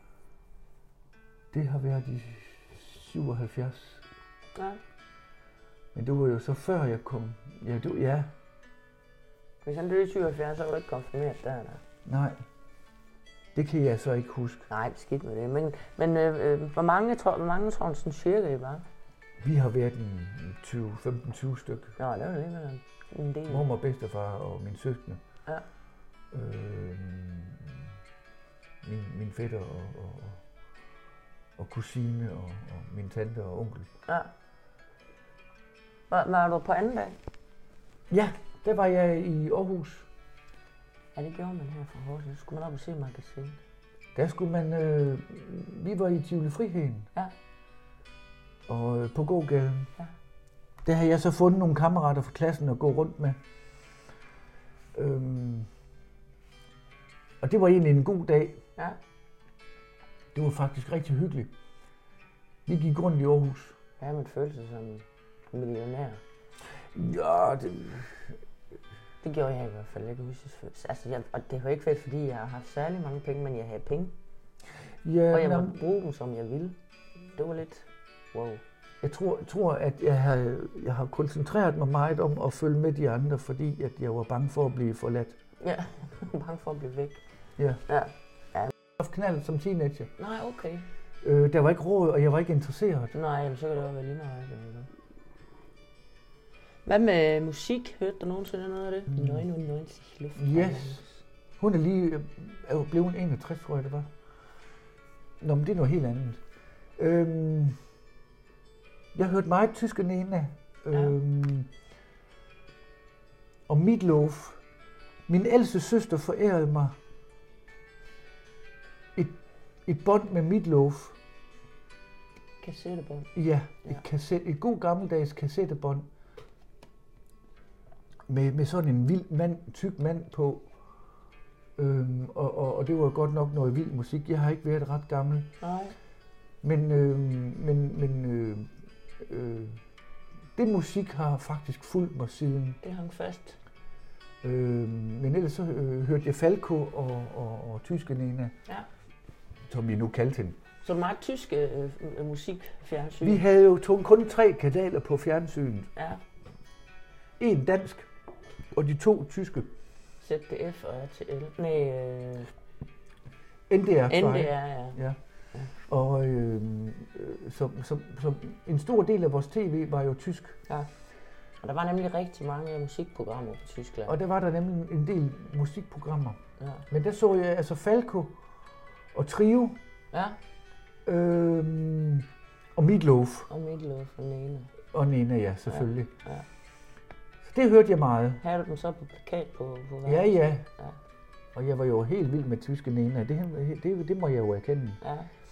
Det har været i syvoghalvfjerds. Ja. Men det var jo så før jeg kom. Ja, det, ja. Hvis han døde i syvoghalvfjerds, så var du ikke konfirmeret der, der. Nej. Det kan jeg så ikke huske. Nej, det skidt med det. Men, men øh, hvor mange tror, hvor mange tror du sådan cirka I var? Vi har været en tyve femten tyve stykker. Nå, det var alligevel en del. Mormor, bedstefar og min søskende. Ja. Øh, min, min fætter og, og, og kusine og, og min tante og onkel. Ja. Var, var du på anden dag? Ja, der var jeg i Aarhus. Ja, det gjorde man her fra Horsens. Så skulle man op og se magasin. Der skulle man... Øh, vi var i Tivoli Friheden. Ja. Og øh, på gågaden. Ja. Der har jeg så fundet nogle kammerater fra klassen at gå rundt med. Øhm, og det var egentlig en god dag. Ja. Det var faktisk rigtig hyggeligt. Vi gik rundt i Aarhus. Ja, man følte sig som millionær. Ja, det... Det gjorde jeg i hvert fald ikke. Altså, jeg, og det var ikke fedt, fordi jeg har haft særlig mange penge, men jeg havde penge. Ja, og jeg måtte bruge dem, som jeg ville. Det var lidt wow. Jeg tror, tror at jeg har, jeg har koncentreret mig meget om at følge med de andre, fordi at jeg var bange for at blive forladt. Ja, bange for at blive væk. Ja. Ja. Ja. Jeg var knaldet som teenager. Nej, okay. Øh, der var ikke råd, og jeg var ikke interesseret. Nej, jamen, så kan det også være lige meget. Hvad med musik? Hørte du nogensinde noget af det? Mm. nioghalvfems luft. Yes. Hun er lige er jo blevet enogtres, tror jeg det var. Nå, men det er noget helt andet. Øhm, jeg hørte meget tyske Nena. Øhm, ja. Og Meatloaf. Min ældste søster forærede mig et, et bånd med Meatloaf. Kassettebånd? Ja, ja. Et, kasset, et god gammeldags kassettebånd. Med, med sådan en vild mand, tyk mand på. Øhm, og, og, og det var godt nok noget vild musik. Jeg har ikke været ret gammel. Nej. Men, øh, men, men øh, øh, det musik har faktisk fulgt mig siden. Det hang fast. Øh, men ellers så øh, hørte jeg Falco og, og, og tyske Nena. Ja. Som vi nu kaldte hende. Så meget tyske øh, musikfjernsyn. Vi havde jo to, kun tre kanaler på fjernsynet. Ja. En dansk og de to tyske. Z D F og R T L. Nej, øh... N D R. N D R, ja. Ja. Ja. Og øh, så, så, så en stor del af vores tv var jo tysk. Ja. Og der var nemlig rigtig mange musikprogrammer på Tyskland. Og der var der nemlig en del musikprogrammer. Ja. Men der så jeg altså Falco og Trio. Ja. Øhm, og Meatloaf. Og Meatloaf og Nena. Og Nena, ja, selvfølgelig. Ja. Ja. Så det hørte jeg meget. Havde du dem så på plakat på, på ja, ja, ja. Ja. Og jeg var jo helt vild med tyske Nena. Det, det, det må jeg jo erkende. Ja.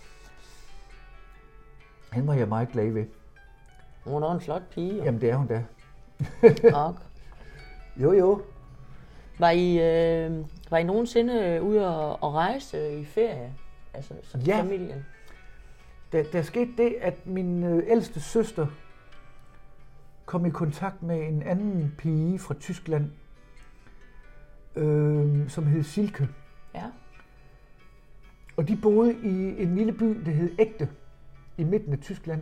Han var jeg meget glad ved. Hun er en flot pige. Jo. Jamen, det er hun da. Og. Jo, jo. Var I, øh, var I nogensinde ude og, og rejse i ferie? Altså som ja. Familien? Der, der skete det, at min øh, ældste søster kom i kontakt med en anden pige fra Tyskland, øh, som hed Silke. Ja. Og de boede i en lille by, der hed Egte, i midten af Tyskland.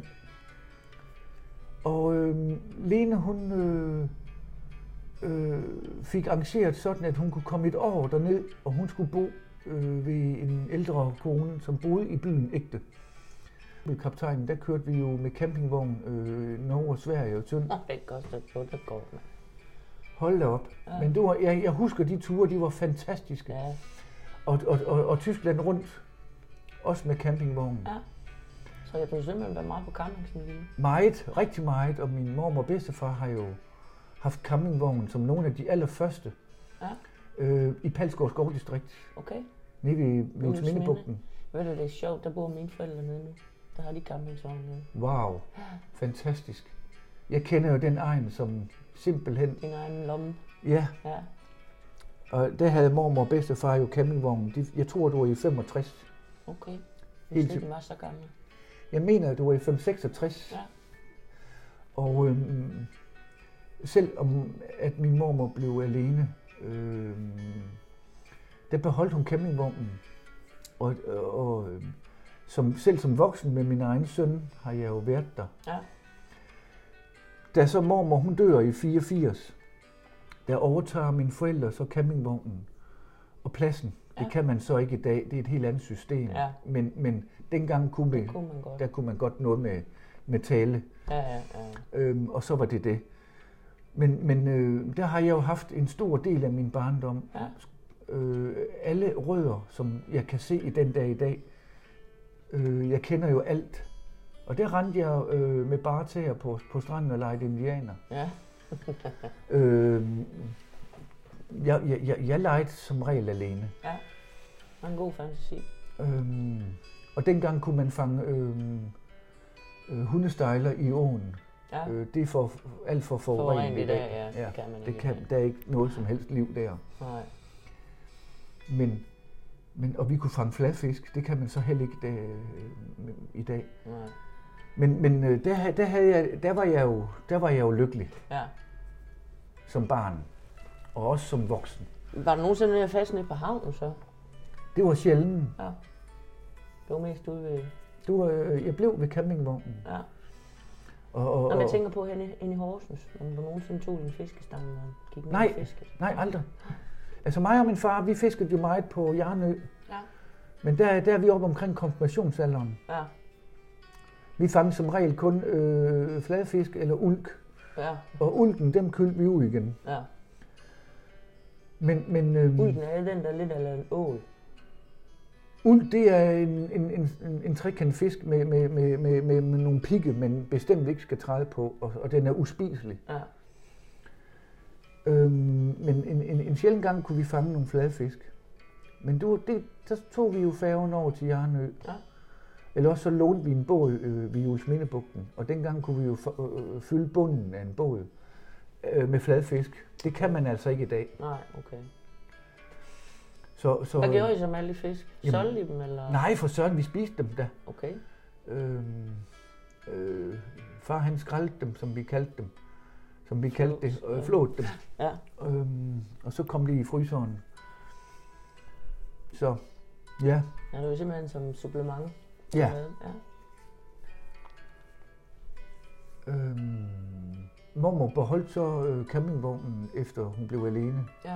Og øh, Lene, hun øh, øh, fik arrangeret sådan, at hun kunne komme et år derned, og hun skulle bo øh, ved en ældre kone, som boede i byen Egte. Ved kaptajnen, der kørte vi jo med campingvogn øh, Norge og Sverige og Tynd. Nå, det går så på, det går med. Hold da op. Ja. Men det var, jeg, jeg husker, de ture, de var fantastiske. Ja. Og, og, og, og Tyskland rundt, også med campingvognen. Ja. Så jeg kunne simpelthen være meget på camping som lille. Meget, rigtig meget. Og min mormor og bedstefar har jo haft campingvognen som nogle af de allerførste. Ja. Øh, I Palsgaard Skovdistrikt. Okay. Nede ved Juelsmindebugten. Ved du, det er sjovt, der bor mine forældre nede nu. Der har de campingsvogn nede. Wow, fantastisk. Jeg kender jo den egen som simpelthen... Din egen lomme. Ja. Ja. Og der havde mormor og bedstefar jo campingvognen. De, jeg tror, du var i femogtres. Okay. Jeg Helt vidste ikke, den var så gammel. Jeg mener, at du var i fem seksogtres. Ja. Og øhm, selvom at min mormor blev alene, øhm, der beholdt hun campingvognen. Og, og, og øhm, som, selv som voksen med min egen søn har jeg jo været der. Ja. Da så mormor hun dør i fireogfirs, der overtager mine forældre så campingvognen og pladsen. Ja. Det kan man så ikke i dag, det er et helt andet system. Ja. Men, men dengang kunne, vi, kunne man godt. der kunne man godt noget med, med tale. Ja, ja, ja. Øhm, og så var det det. Men, men øh, der har jeg jo haft en stor del af min barndom. Ja. Øh, alle rødder, som jeg kan se i den dag i dag. Øh, jeg kender jo alt. Og der rendte jeg øh, med bare tæer på, på stranden og legede indianer. Ja. øh, jeg, jeg, jeg, jeg legede som regel alene. Ja, det er en god fantasi. Øhm, og dengang kunne man fange øhm, øh, hundestejler i åen. Ja. Øh, det er for, alt for forurenet i dag. Ja, ja, det kan man det ikke. kan, der er ikke noget som helst liv der. Nej. Men, men, og vi kunne fange fladfisk, det kan man så heller ikke der, øh, i dag. Nej. Men, men øh, der, der, havde jeg, der, var jeg jo, der var jeg jo lykkelig Ja. som barn, og også som voksen. Var der nogensinde mere fast nede på havnen så? Det var sjældent. Ja. Det var mest ude ved... Du, øh, jeg blev ved campingvognen. Ja. Og, og, Når jeg og, tænker på henne inde i Horsens, om du nogensinde tog din fiskestange og gik ned Nej. og fiskede. nej, aldrig. Altså mig og min far, vi fiskede jo meget på Jarnø. Ja. Men der, der er vi oppe omkring konfirmationsalderen. Ja. Vi fangede som regel kun øh, fladfisk eller ulk. Ja. Og ulken, dem kølte vi ud igen. Ja. Men, men øh, Ulken er den der lidt eller en ål. ulk, det er en, en, en, en, en trekantet fisk med, med, med, med, med, med nogle pigge, man bestemt ikke skal træde på, og, og den er uspiselig. Ja. Øhm, men en, en, en sjælden gang kunne vi fange nogle fladfisk. Men det, var, det, så tog vi jo færgen over til Jarnø. Ja. Eller også så lånte vi en båd øh, ved Juelsmindebugten, og dengang kunne vi jo for, øh, fylde bunden af en båd øh, med fladfisk. Det kan man altså ikke i dag. Nej, okay. Så, så, Hvad gjorde I så med alle de fisk? Jamen, Solgte I dem, eller? Nej, for søren, vi spiste dem da. Okay. Øhm, øh, far han skrældte dem, som vi kaldte dem. Som vi kaldte det, øh, flåede dem. Ja. Øhm, og så kom de i fryseren. Så, ja. Ja, det var simpelthen som supplement. Ja. Ja. Øhm, mormor beholdt så øh, campingvognen, efter hun blev alene. Ja.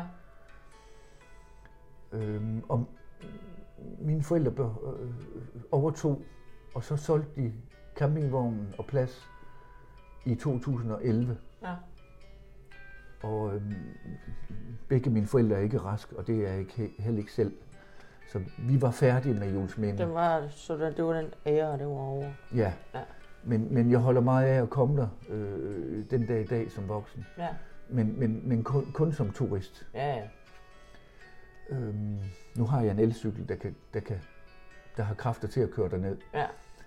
Øhm, og mine forældre be, øh, overtog, og så solgte de campingvognen og plads i to tusind og elleve. Ja. Og øhm, begge mine forældre er ikke raske, og det er jeg ikke, heller ikke selv. Så vi var færdige med Juelsminde. Det var, så der, det var den ære, det var over. Ja. Ja. Men, men jeg holder meget af at komme der øh, den dag i dag som voksen. Ja. Men, men, men kun, kun som turist. Ja, ja. Øhm, nu har jeg en elcykel, der, kan, der, kan, der har kræfter til at køre derned. Ja.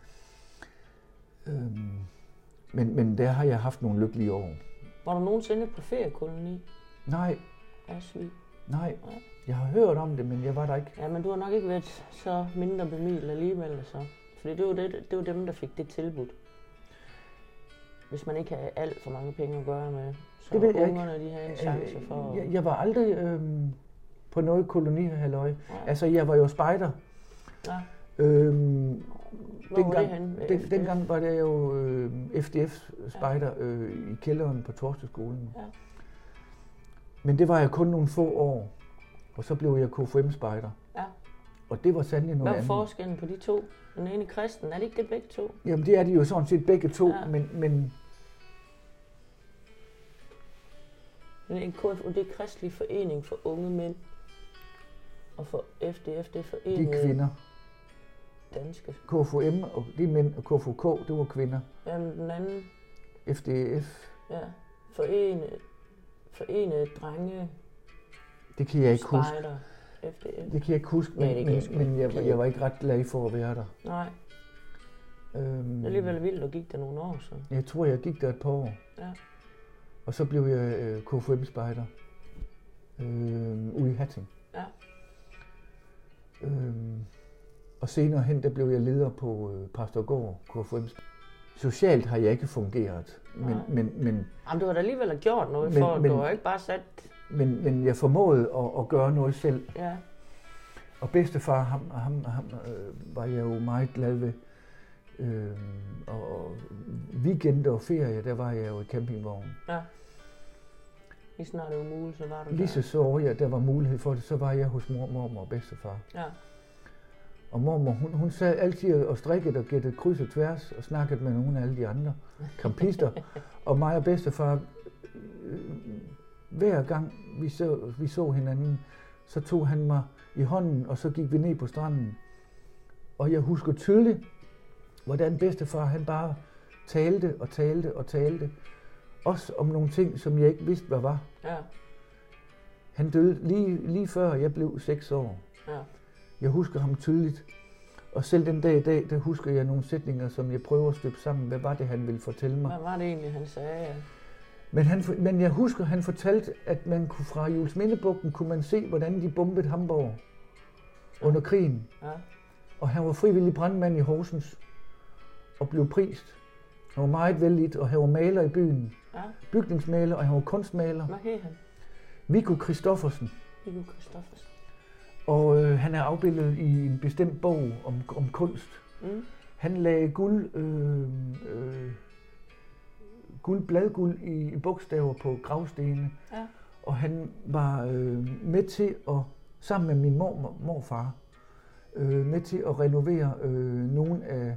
Øhm, men, men der har jeg haft nogle lykkelige år. Var du nogensinde på feriekoloni? Nej, Asvig? nej. Ja. Jeg har hørt om det, men jeg var der ikke. Ja, men du har nok ikke været så mindre bemidlet alligevel, så. Fordi det var, det, det var dem, der fik det tilbud. Hvis man ikke havde alt for mange penge at gøre med, så Det ved jeg ungerne, de havde en chance for... Jeg, jeg var aldrig... Øh, på noget kolonihalløj. Ja. Altså, jeg var jo spejder. Ja. Øhm, Hvor dengang, var det henne? den, dengang var det jo øh, F D F-spejder øh, i kælderen på Torsteskolen. Ja. Men det var jeg kun nogle få år, og så blev jeg K F M-spejder. Ja. Og det var sandelig noget Hvad var andet. forskellen på de to? Den ene kristen, er det ikke det begge to? Jamen det er de jo sådan set begge to, Ja. men, men Men K F U, det er Kristelig Forening for Unge Mænd. Og for F D F, det er de Foreningen er kvinder. Danske. K F M og de mænd, og K F U K, det var kvinder. Jamen den anden, F D F, ja, Forenet, Forenet Drenge det kan jeg ikke huske. Spejder, F D F. Det kan jeg ikke huske, Nej, det men, kan jeg men, sgu men ikke. jeg, Kan jeg var ikke ret glad for at være der. Nej, Øhm, det er alligevel vildt, at gik der nogle år så. Jeg tror, jeg gik der et par år. Ja. Og så blev jeg øh, K F M-spejder øh, ude i Hatting. Ja. Øhm, og senere hen, der blev jeg leder på øh, Præstergård, K F M. Socialt har jeg ikke fungeret, men, Nej. men, men, Jamen, du har da alligevel gjort noget Men- for, men- du har ikke bare sat, men, men jeg formåede at, at gøre noget selv. ja, Og bedstefar, ham, ham, ham øh, var jeg jo meget glad ved. Øh, og weekender og ferie, der var jeg jo i campingvognen. ja. Lige snart det var muligt, så var du Lige så så jeg, der var mulighed for det, så var jeg hos mor, mormor og bedstefar. der. Ja, Og mormor, hun, hun sad altid og strikkede og gættede kryds og tværs og snakkede med nogle af alle de andre campister. Og mig og bedstefar, øh, hver gang vi så, vi så hinanden, så tog han mig i hånden, og så gik vi ned på stranden. Og jeg husker tydeligt, hvordan bedstefar han bare talte og talte og talte. Også om nogle ting, som jeg ikke vidste, hvad var. ja, Han døde lige, lige før jeg blev seks år. ja. Jeg husker ham tydeligt. Og selv den dag i dag, der husker jeg nogle sætninger, som jeg prøver at støbe sammen. Hvad var det, han ville fortælle mig? Hvad var det egentlig, han sagde? Ja. Men, han, men jeg husker, han fortalte, at man kunne fra Juelsmindebugten kunne man se, hvordan de bombede Hamburg under krigen. Ja, Og han var frivillig brandmand i Horsens og blev prist. Han var meget vellidt, og han var maler i byen. ja. Bygningsmaler, og han var kunstmaler. Hvad hed han? Viggo Christoffersen. Viggo Christoffersen. Og øh, han er afbildet i en bestemt bog om, om kunst. Mm. Han lagde guld, øh, øh, guld, bladguld i, i bogstaver på gravstenene. Ja, Og han var øh, med til at, sammen med min mor, morfar, øh, med til at renovere øh, nogle af,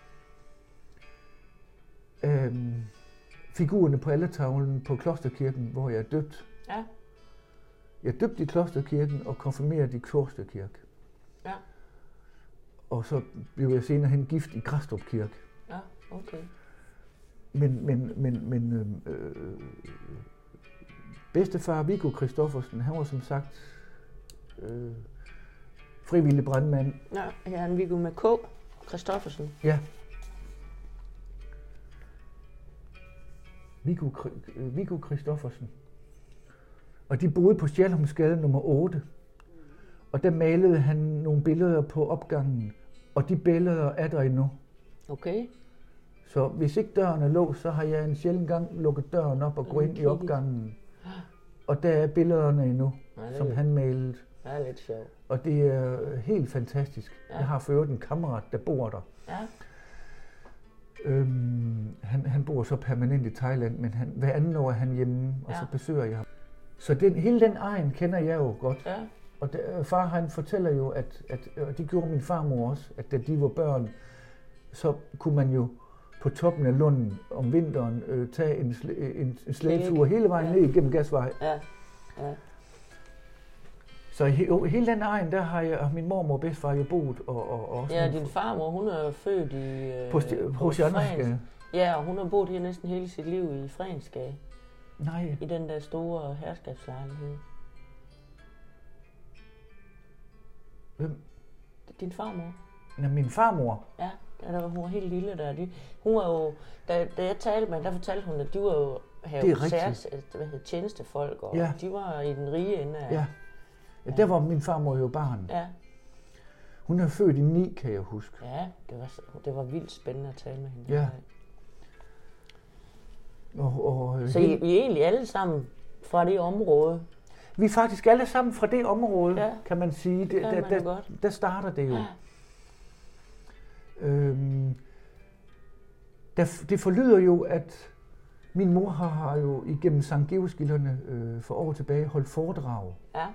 af figurerne på altertavlen på Klosterkirken, hvor jeg er døbt. ja, Jeg er døbt i Klosterkirken og konfirmeret i Kloster Kirke. ja, Og så blev jeg senere hen gift i Græstrup Kirke. ja, okay. Men, men, men, men øh, øh, bedstefar Viggo Christoffersen, han var som sagt øh, frivillig brandmand. Ja, ja, han Viggo med K. Christoffersen. Ja. Viggo, Kri- øh, Viggo Christoffersen. Og de boede på Sjælholmsgade nummer otte. Og der malede han nogle billeder på opgangen. Og de billeder er der endnu. Okay. Så hvis ikke døren er låst, så har jeg en sjældent gang lukket døren op og gå ind i kigget. opgangen. Og der er billederne endnu, Ja, det som er- han malede. Det er lidt sjovt. Og det er helt fantastisk. Ja. Jeg har for øvrigt en kammerat, der bor der. Ja, Øhm, han, han bor så permanent i Thailand, men han, hver anden år er han hjemme, og Ja. så besøger jeg ham. Så den, hele den egen kender jeg jo godt. ja, Og der, far han fortæller jo, at, at og det gjorde min farmor også, at da de var børn, så kunne man jo på toppen af lunden om vinteren øh, tage en, sl- en, en slædetur hele vejen Ja. ned igennem Gasvej. ja, ja. Så he, jo, hele den egen, der har jeg og min mormor og bedstefar jo boet. Og, og, og også Ja, nogle- din farmor, hun er jo født i... Øh, på, sti- på Sjællandsgade. Frens. Ja, og hun har boet her næsten hele sit liv i Frensgade. Nej, I den der store herskabslejlighed. hvem? Din farmor? Nå, min farmor. Ja, da der var, hun var helt lille der. De, hun var jo, da, da jeg talte med hende, der fortalte hun, at de var jo Det have er rigtigt. særs, hvad hedder, tjenestefolk, og Ja. de var i den rige ende af... Ja. Ja, der var min farmor jo barn. Ja, Hun er født i ni, kan jeg huske. ja det, var, så- det var vildt spændende at tale med hende. Ja. Og, og, øh, Så I, I er egentlig alle sammen fra det område? Vi er faktisk alle sammen fra det område, ja. kan man sige. Det, ja, der, man der, der starter det jo. Ja. Øhm, der, det forlyder jo, at min mor har, har jo igennem Sankt Georgskilderne øh, for år tilbage holdt foredrag. Ja.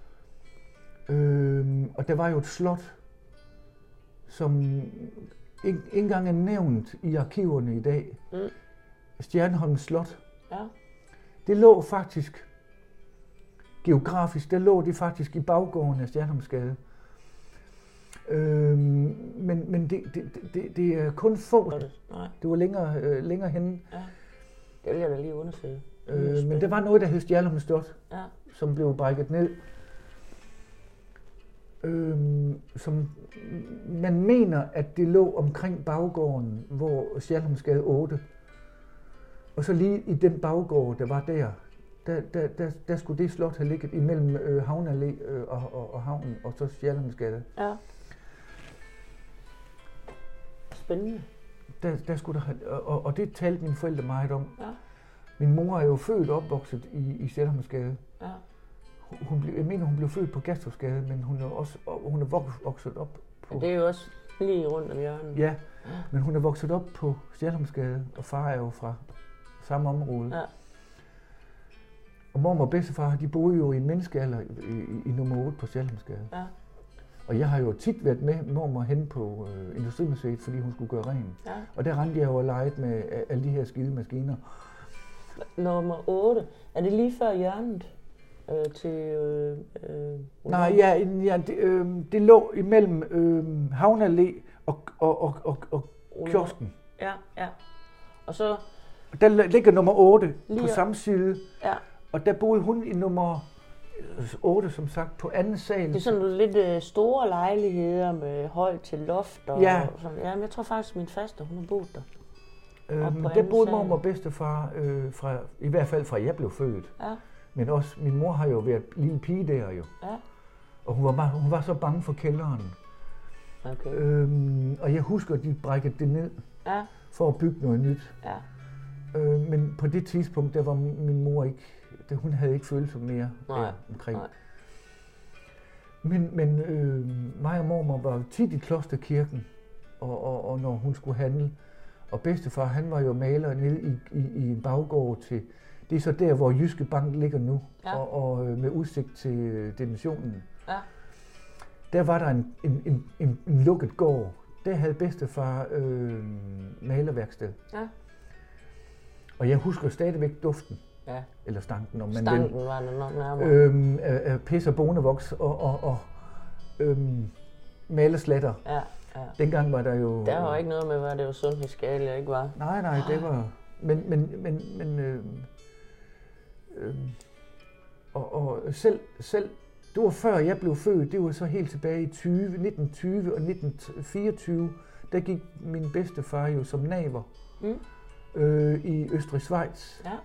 Øhm, og der var jo et slot, som ikke, ikke engang er nævnt i arkiverne i dag. Mm. Stjerneholm Slot. Ja. Det lå faktisk, geografisk, der lå det faktisk i baggården af Stjerneholmsgade. Øhm, men men det, det, det, det er kun få. Nej. Det var længere, øh, længere henne. Ja. Det vil jeg da lige undersøge. Øh, men der var noget, der hed Stjerneholm Slot, ja. Som blev brækket ned. Øhm, som man mener, at det lå omkring baggården, hvor Stjerneholmsgade otte. Og så lige i den baggård, der var der, der, der, der, der skulle det slot have ligget imellem øh, Havneallé øh, og, og, og havnen, og så Stjerneholmsgade. Ja. Spændende. Der, der skulle der have, og, og det talte mine forældre meget om. Ja. Min mor er jo født og opvokset i, i Stjerneholmsgade. Ja. Hun blev, jeg mener, hun blev født på Gastrupsgade, men hun er også hun er vokset op på... Ja, det er jo også lige rundt om hjørnet. Ja, men hun er vokset op på Stjerneholmsgade, og far er jo fra samme område. Ja. Og mormor og bedstefar, de boede jo i en menneskealder i, i, i nummer otte på Stjerneholmsgade. Ja. Og jeg har jo tit været med mormor hen på øh, Industrimuseet, fordi hun skulle gøre ren. Ja. Og der rendte jeg jo og leget med alle de her skide maskiner. Nummer otte, er det lige før hjørnet? Øh, til, øh, øh, Nej, ja, ja det, øh, det lå imellem øh, Havneallé og, og, og, og, og kiosken. Ja, ja. Og så... Der ligger nummer otte lige på samme side, ja. Og der boede hun i nummer otte, som sagt, på anden sal. Det er sådan nogle lidt øh, store lejligheder med højt til loft og, ja. og sådan. Ja, men jeg tror faktisk, at min faste, hun har boet der. Øhm, der boede mormor og bedstefar, øh, fra, i hvert fald fra jeg blev født. Ja. Men også, min mor har jo været lille pige der jo. Ja. Og hun var, meget, hun var så bange for kælderen. Okay. Øhm, og jeg husker, at de brækkede det ned, ja. For at bygge noget nyt. Ja. Øh, men på det tidspunkt, der var min mor ikke, der, hun havde ikke følelser mere der omkring. Nej. Men, men øh, mig og mormor var tit i Klosterkirken, og, og, og når hun skulle handle. Og bedstefar, han var jo maler nede i, i, i en baggård til, det er så der, hvor Jyske Bank ligger nu, ja. og, og med udsigt til Dimensionen. Ja. Der var der en, en, en, en, en lukket gård. Der havde bedstefar øh, malerværksted. Ja. Og jeg husker stadigvæk duften. Ja. Eller stanken, om man stanken vil. Stanken var det nok nærmere. Øhm, af, af pis og bonevoks og, og, og øhm, maleslatter. Ja, ja. Dengang var der jo... Der var ikke noget med, hvad det var sundhedsskadeligt, ikke var? Nej, nej, det var... Men, men, men, men øh, øh, og, og selv, selv, det var før jeg blev født, det var så helt tilbage i tyve, nitten tyve og nitten fireogtyve, der gik min bedstefar jo som naver mm. øh, i Østrig Schweiz ja.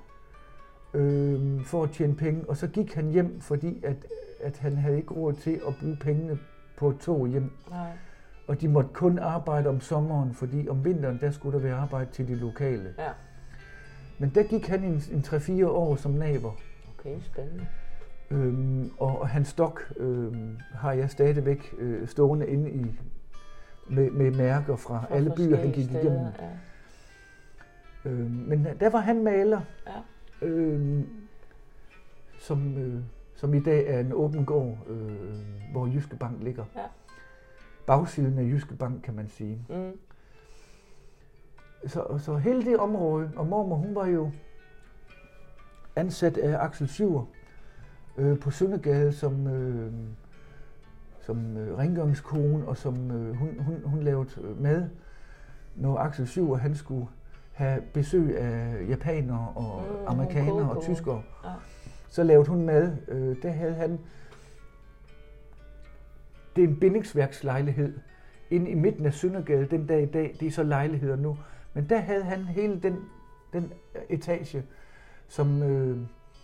øh, for at tjene penge, og så gik han hjem, fordi at, at han havde ikke råd til at bruge pengene på et tog hjem. Nej. Og de måtte kun arbejde om sommeren, fordi om vinteren, der skulle der være arbejde til de lokale. Ja. Men der gik han en, en tre fire år som naver. Okay, spændende. Øhm, og, og hans stok øhm, har jeg stadigvæk øh, stående inde i, med, med mærker fra For alle byer, han gik igennem. Ja. Øhm, men der var han maler, ja. øhm, som, øh, som i dag er en åben gård, øh, hvor Jyske Bank ligger. Ja. Bagsiden af Jyske Bank, kan man sige. Mm. Så, så hele det område, og mormor, hun var jo ansat af Axel Syver øh, på Søndergade som, øh, som øh, rengøringskone, og som øh, hun, hun, hun lavede mad, når Axel Syver, han skulle have besøg af japanere og mm, amerikanere og tyskere. Ja. Så lavede hun mad. Øh, der havde han, det er en bindingsværkslejlighed inde i midten af Søndergade den dag i dag. Det er så lejligheder nu. Men der havde han hele den, den etage, som øh,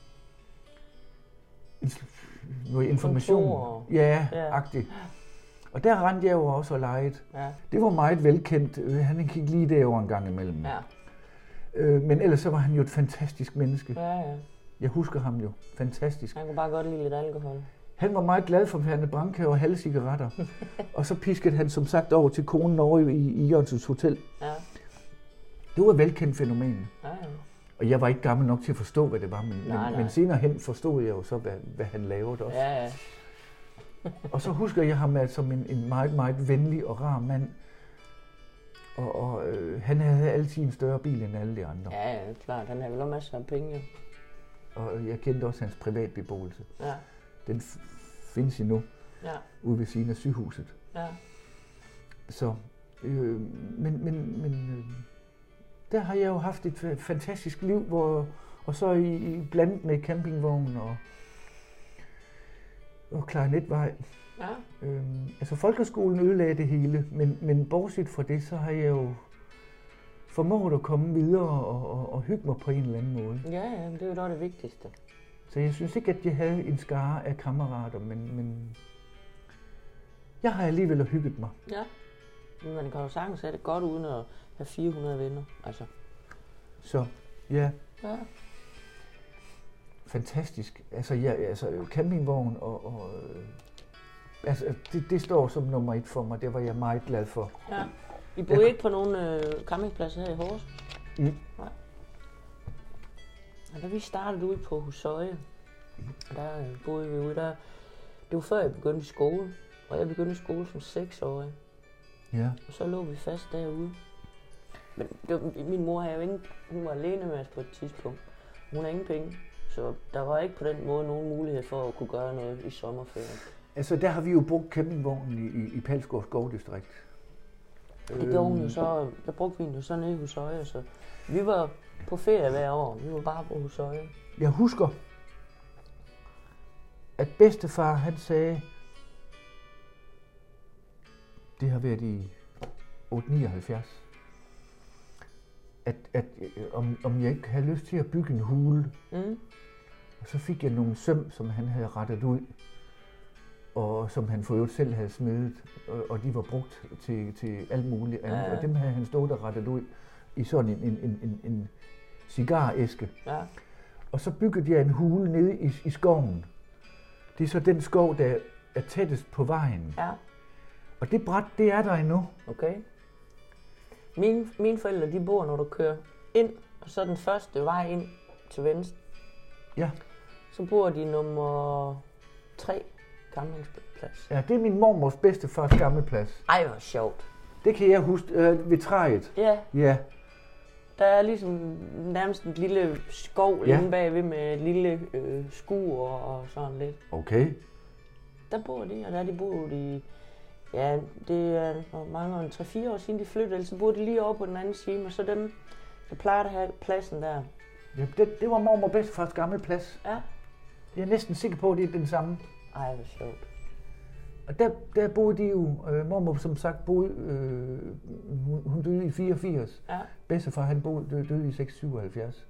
noget information, ja, ja. agtigt. Og der rendte jeg jo også og legede. Ja. Det var meget velkendt. Han gik lige derover en gang imellem. Ja. Øh, men ellers så var han jo et fantastisk menneske. Ja, ja. Jeg husker ham jo. Fantastisk. Han kunne bare godt lide lidt alkohol. Han var meget glad for Pernille Branca og halve cigaretter. Og så piskede han som sagt over til konen over i, i Jørgensens Hotel. Ja. Det var et velkendt fænomen. Ja, ja. Og jeg var ikke gammel nok til at forstå, hvad det var. Men, nej, men, nej. men senere hen forstod jeg jo så, hvad, hvad han lavede også. Ja, ja. Og så husker jeg ham altså som en, en meget, meget venlig og rar mand. Og, og øh, han havde altid en større bil end alle de andre. Ja, ja, klart. Han havde vel også masser af penge. Jo. Og jeg kendte også hans privatbeboelse. Ja. Den f- findes endnu Ja. ude ved siden af sygehuset. Ja. Så, øh, men, men, men øh, der har jeg jo haft et fa- fantastisk liv, hvor, og så i, i blandet med campingvogn og, og klarinetvej. Ja. Øhm, altså folkeskolen ødelagde det hele, men, men bortset fra det, så har jeg jo formået at komme videre og, og, og hygge mig på en eller anden måde. Ja, ja, det er jo da det vigtigste. Så jeg synes ikke, at jeg havde en skare af kammerater, men, men jeg har alligevel hygget mig. Ja. Men man kan jo sagtens have det godt uden at have fire hundrede venner. Altså. Så ja, Ja. fantastisk. Altså, ja, altså campingvogn og, og øh, altså, det, det står som nummer et for mig. Det var jeg meget glad for. Ja. I boede Jeg- ikke på nogen øh, campingpladser her i Horsens? Mm. Nej. Og da vi startede ude på Husøje, der øh, boede vi ude der. Det var før jeg begyndte i skole, og jeg begyndte i skole som seksårig. Ja. Og så lå vi fast derude. Men det var, min mor havde jo ingen, hun var alene med os på et tidspunkt. Hun havde ingen penge, så der var ikke på den måde nogen mulighed for at kunne gøre noget i sommerferien. Altså, der har vi jo brugt campingvognen i, i, i Palsgaard skovdistrikt. Det gjorde hun jo så, der brugte vi den jo så nede i Husøje, så vi var på ferie hver år. Vi var bare på Husøje. Jeg husker, at bedstefar, han sagde, det har været i otte nioghalvfjerds, at, at øh, om, om jeg ikke havde lyst til at bygge en hule. Mm. Og så fik jeg nogle søm, som han havde rettet ud, og som han for øvrigt selv havde smedet, og, og de var brugt til, til alt muligt andet. Ja, ja. Og dem havde han stået og rettet ud i sådan en, en, en, en, en cigaræske. Ja. Og så byggede jeg en hule nede i, i skoven. Det er så den skov, der er tættest på vejen. Ja, Og det bræt, det er der endnu. okay. Mine, mine forældre, de bor, når du kører ind, og så den første vej ind til venstre. Ja. Så bor de nummer tre campingplads. Ja, det er min mormors bedstefars gamle plads. Ej, hvor sjovt. Det kan jeg huske øh, ved træet. Ja, Ja, der er ligesom nærmest en lille skov Ja. ja. inde bagved med et lille øh, skur og sådan lidt. okay. Der bor de, og der er de boet i, ja, det er hvor mange år, tre fire år siden de flyttede, ellers så boede de lige over på den anden side, og så dem, der plejer at have pladsen der. Ja, det, det var mormor og bedstefars gamle plads. Ja. Jeg er næsten sikker på, at det er den samme. Ej, hvor sjovt. Og der, der boede de jo, øh, mormor som sagt boede, øh, hun, hun døde i fireogfirs. Ja. Bedstefar han boede, døde, døde i seks syvoghalvfjerds.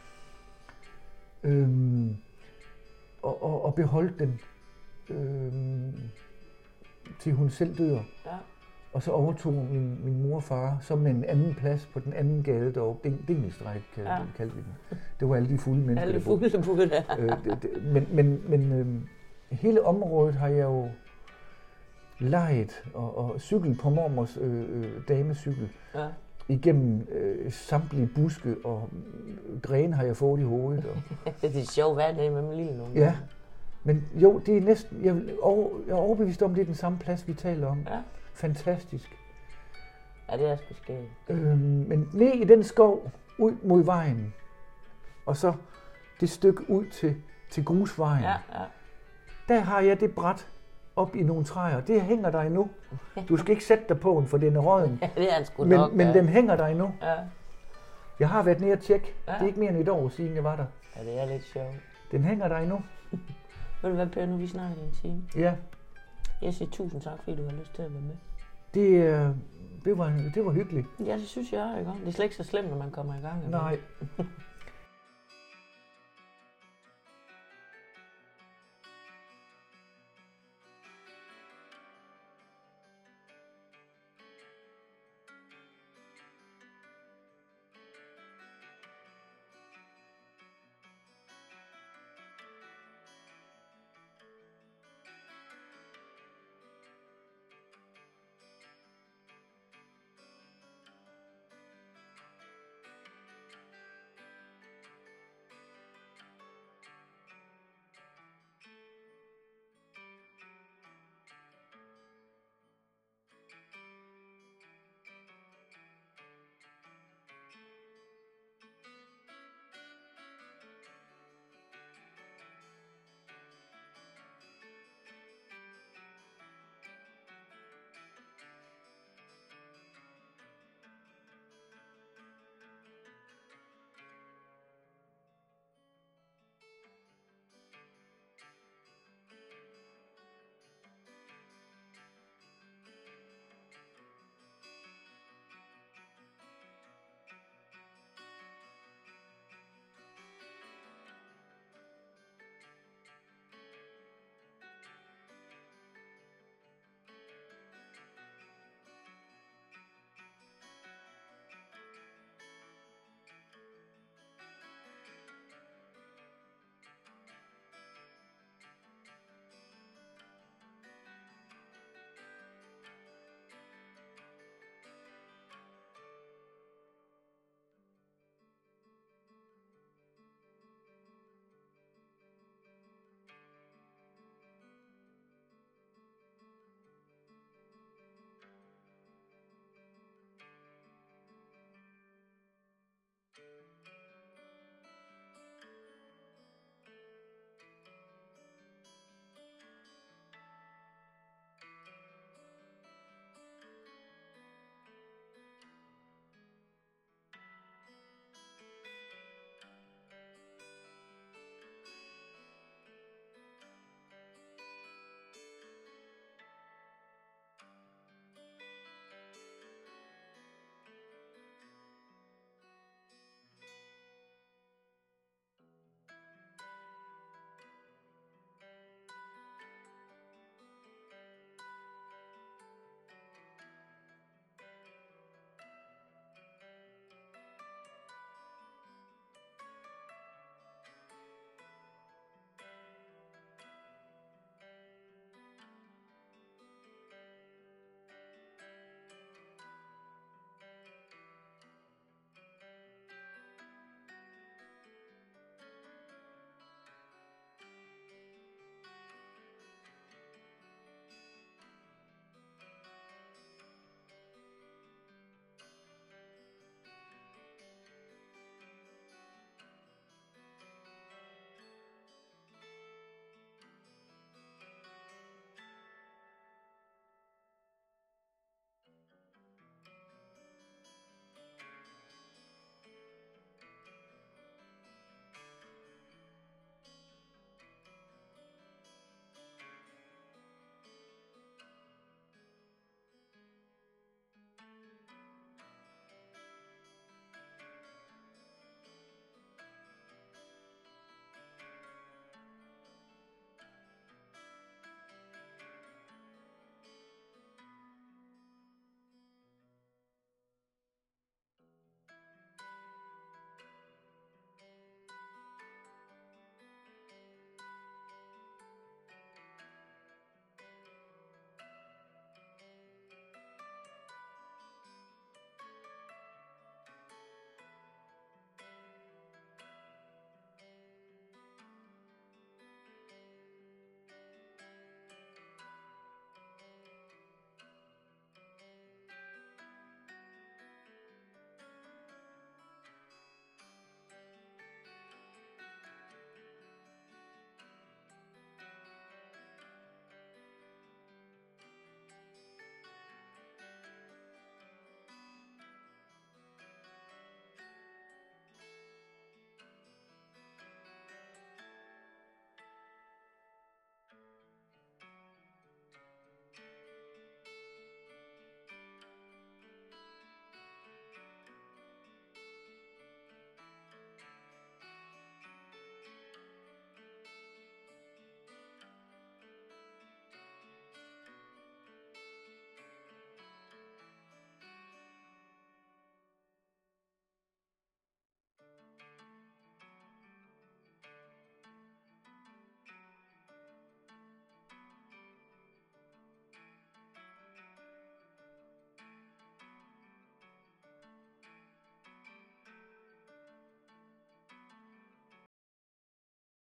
Øhm, og, og, og beholdt den, øhm, til hun selv dør. Ja. Og så overtog min, min mor og far som en anden plads på den anden gade deroppe. Ding, Dingelstræk kaldte, Ja. kaldte vi den. Det var alle de fulde mennesker, Alle der boede. fugle, der boede der. øh, det, det, men men, men øh, hele området har jeg jo lejet og, og cyklet på mormors øh, øh, damecykel Ja. igennem øh, samtlige buske, og øh, grene har jeg fået i hovedet. Og, Det er sjovt vand med min lille nogen. ja, men jo, det er næsten, jeg, vil over, jeg er overbevist om, det er den samme plads, vi taler om. Ja. Fantastisk. Ja, det er sgu skægt. Øh, men ned i den skov, ud mod vejen, og så det stykke ud til, til grusvejen, Ja, ja. der har jeg det bræt op i nogle træer. Det hænger der endnu. Du skal ikke sætte dig på den, for den er råden. Ja, det er han sgu Men, nok. men ja. den hænger der endnu. Ja. Jeg har været nede og tjekke. Ja. Det er ikke mere end et år siden, jeg var der. Ja, det er lidt sjovt. Den hænger der endnu. Ved du hvad, Per, nu vi snakker i en time. Ja, Jeg siger tusind tak, fordi du har lyst til at være med. det, øh, det, var, det var hyggeligt. Ja, det synes jeg, ikke? Det er slet ikke så slemt, når man kommer i gang. Nej.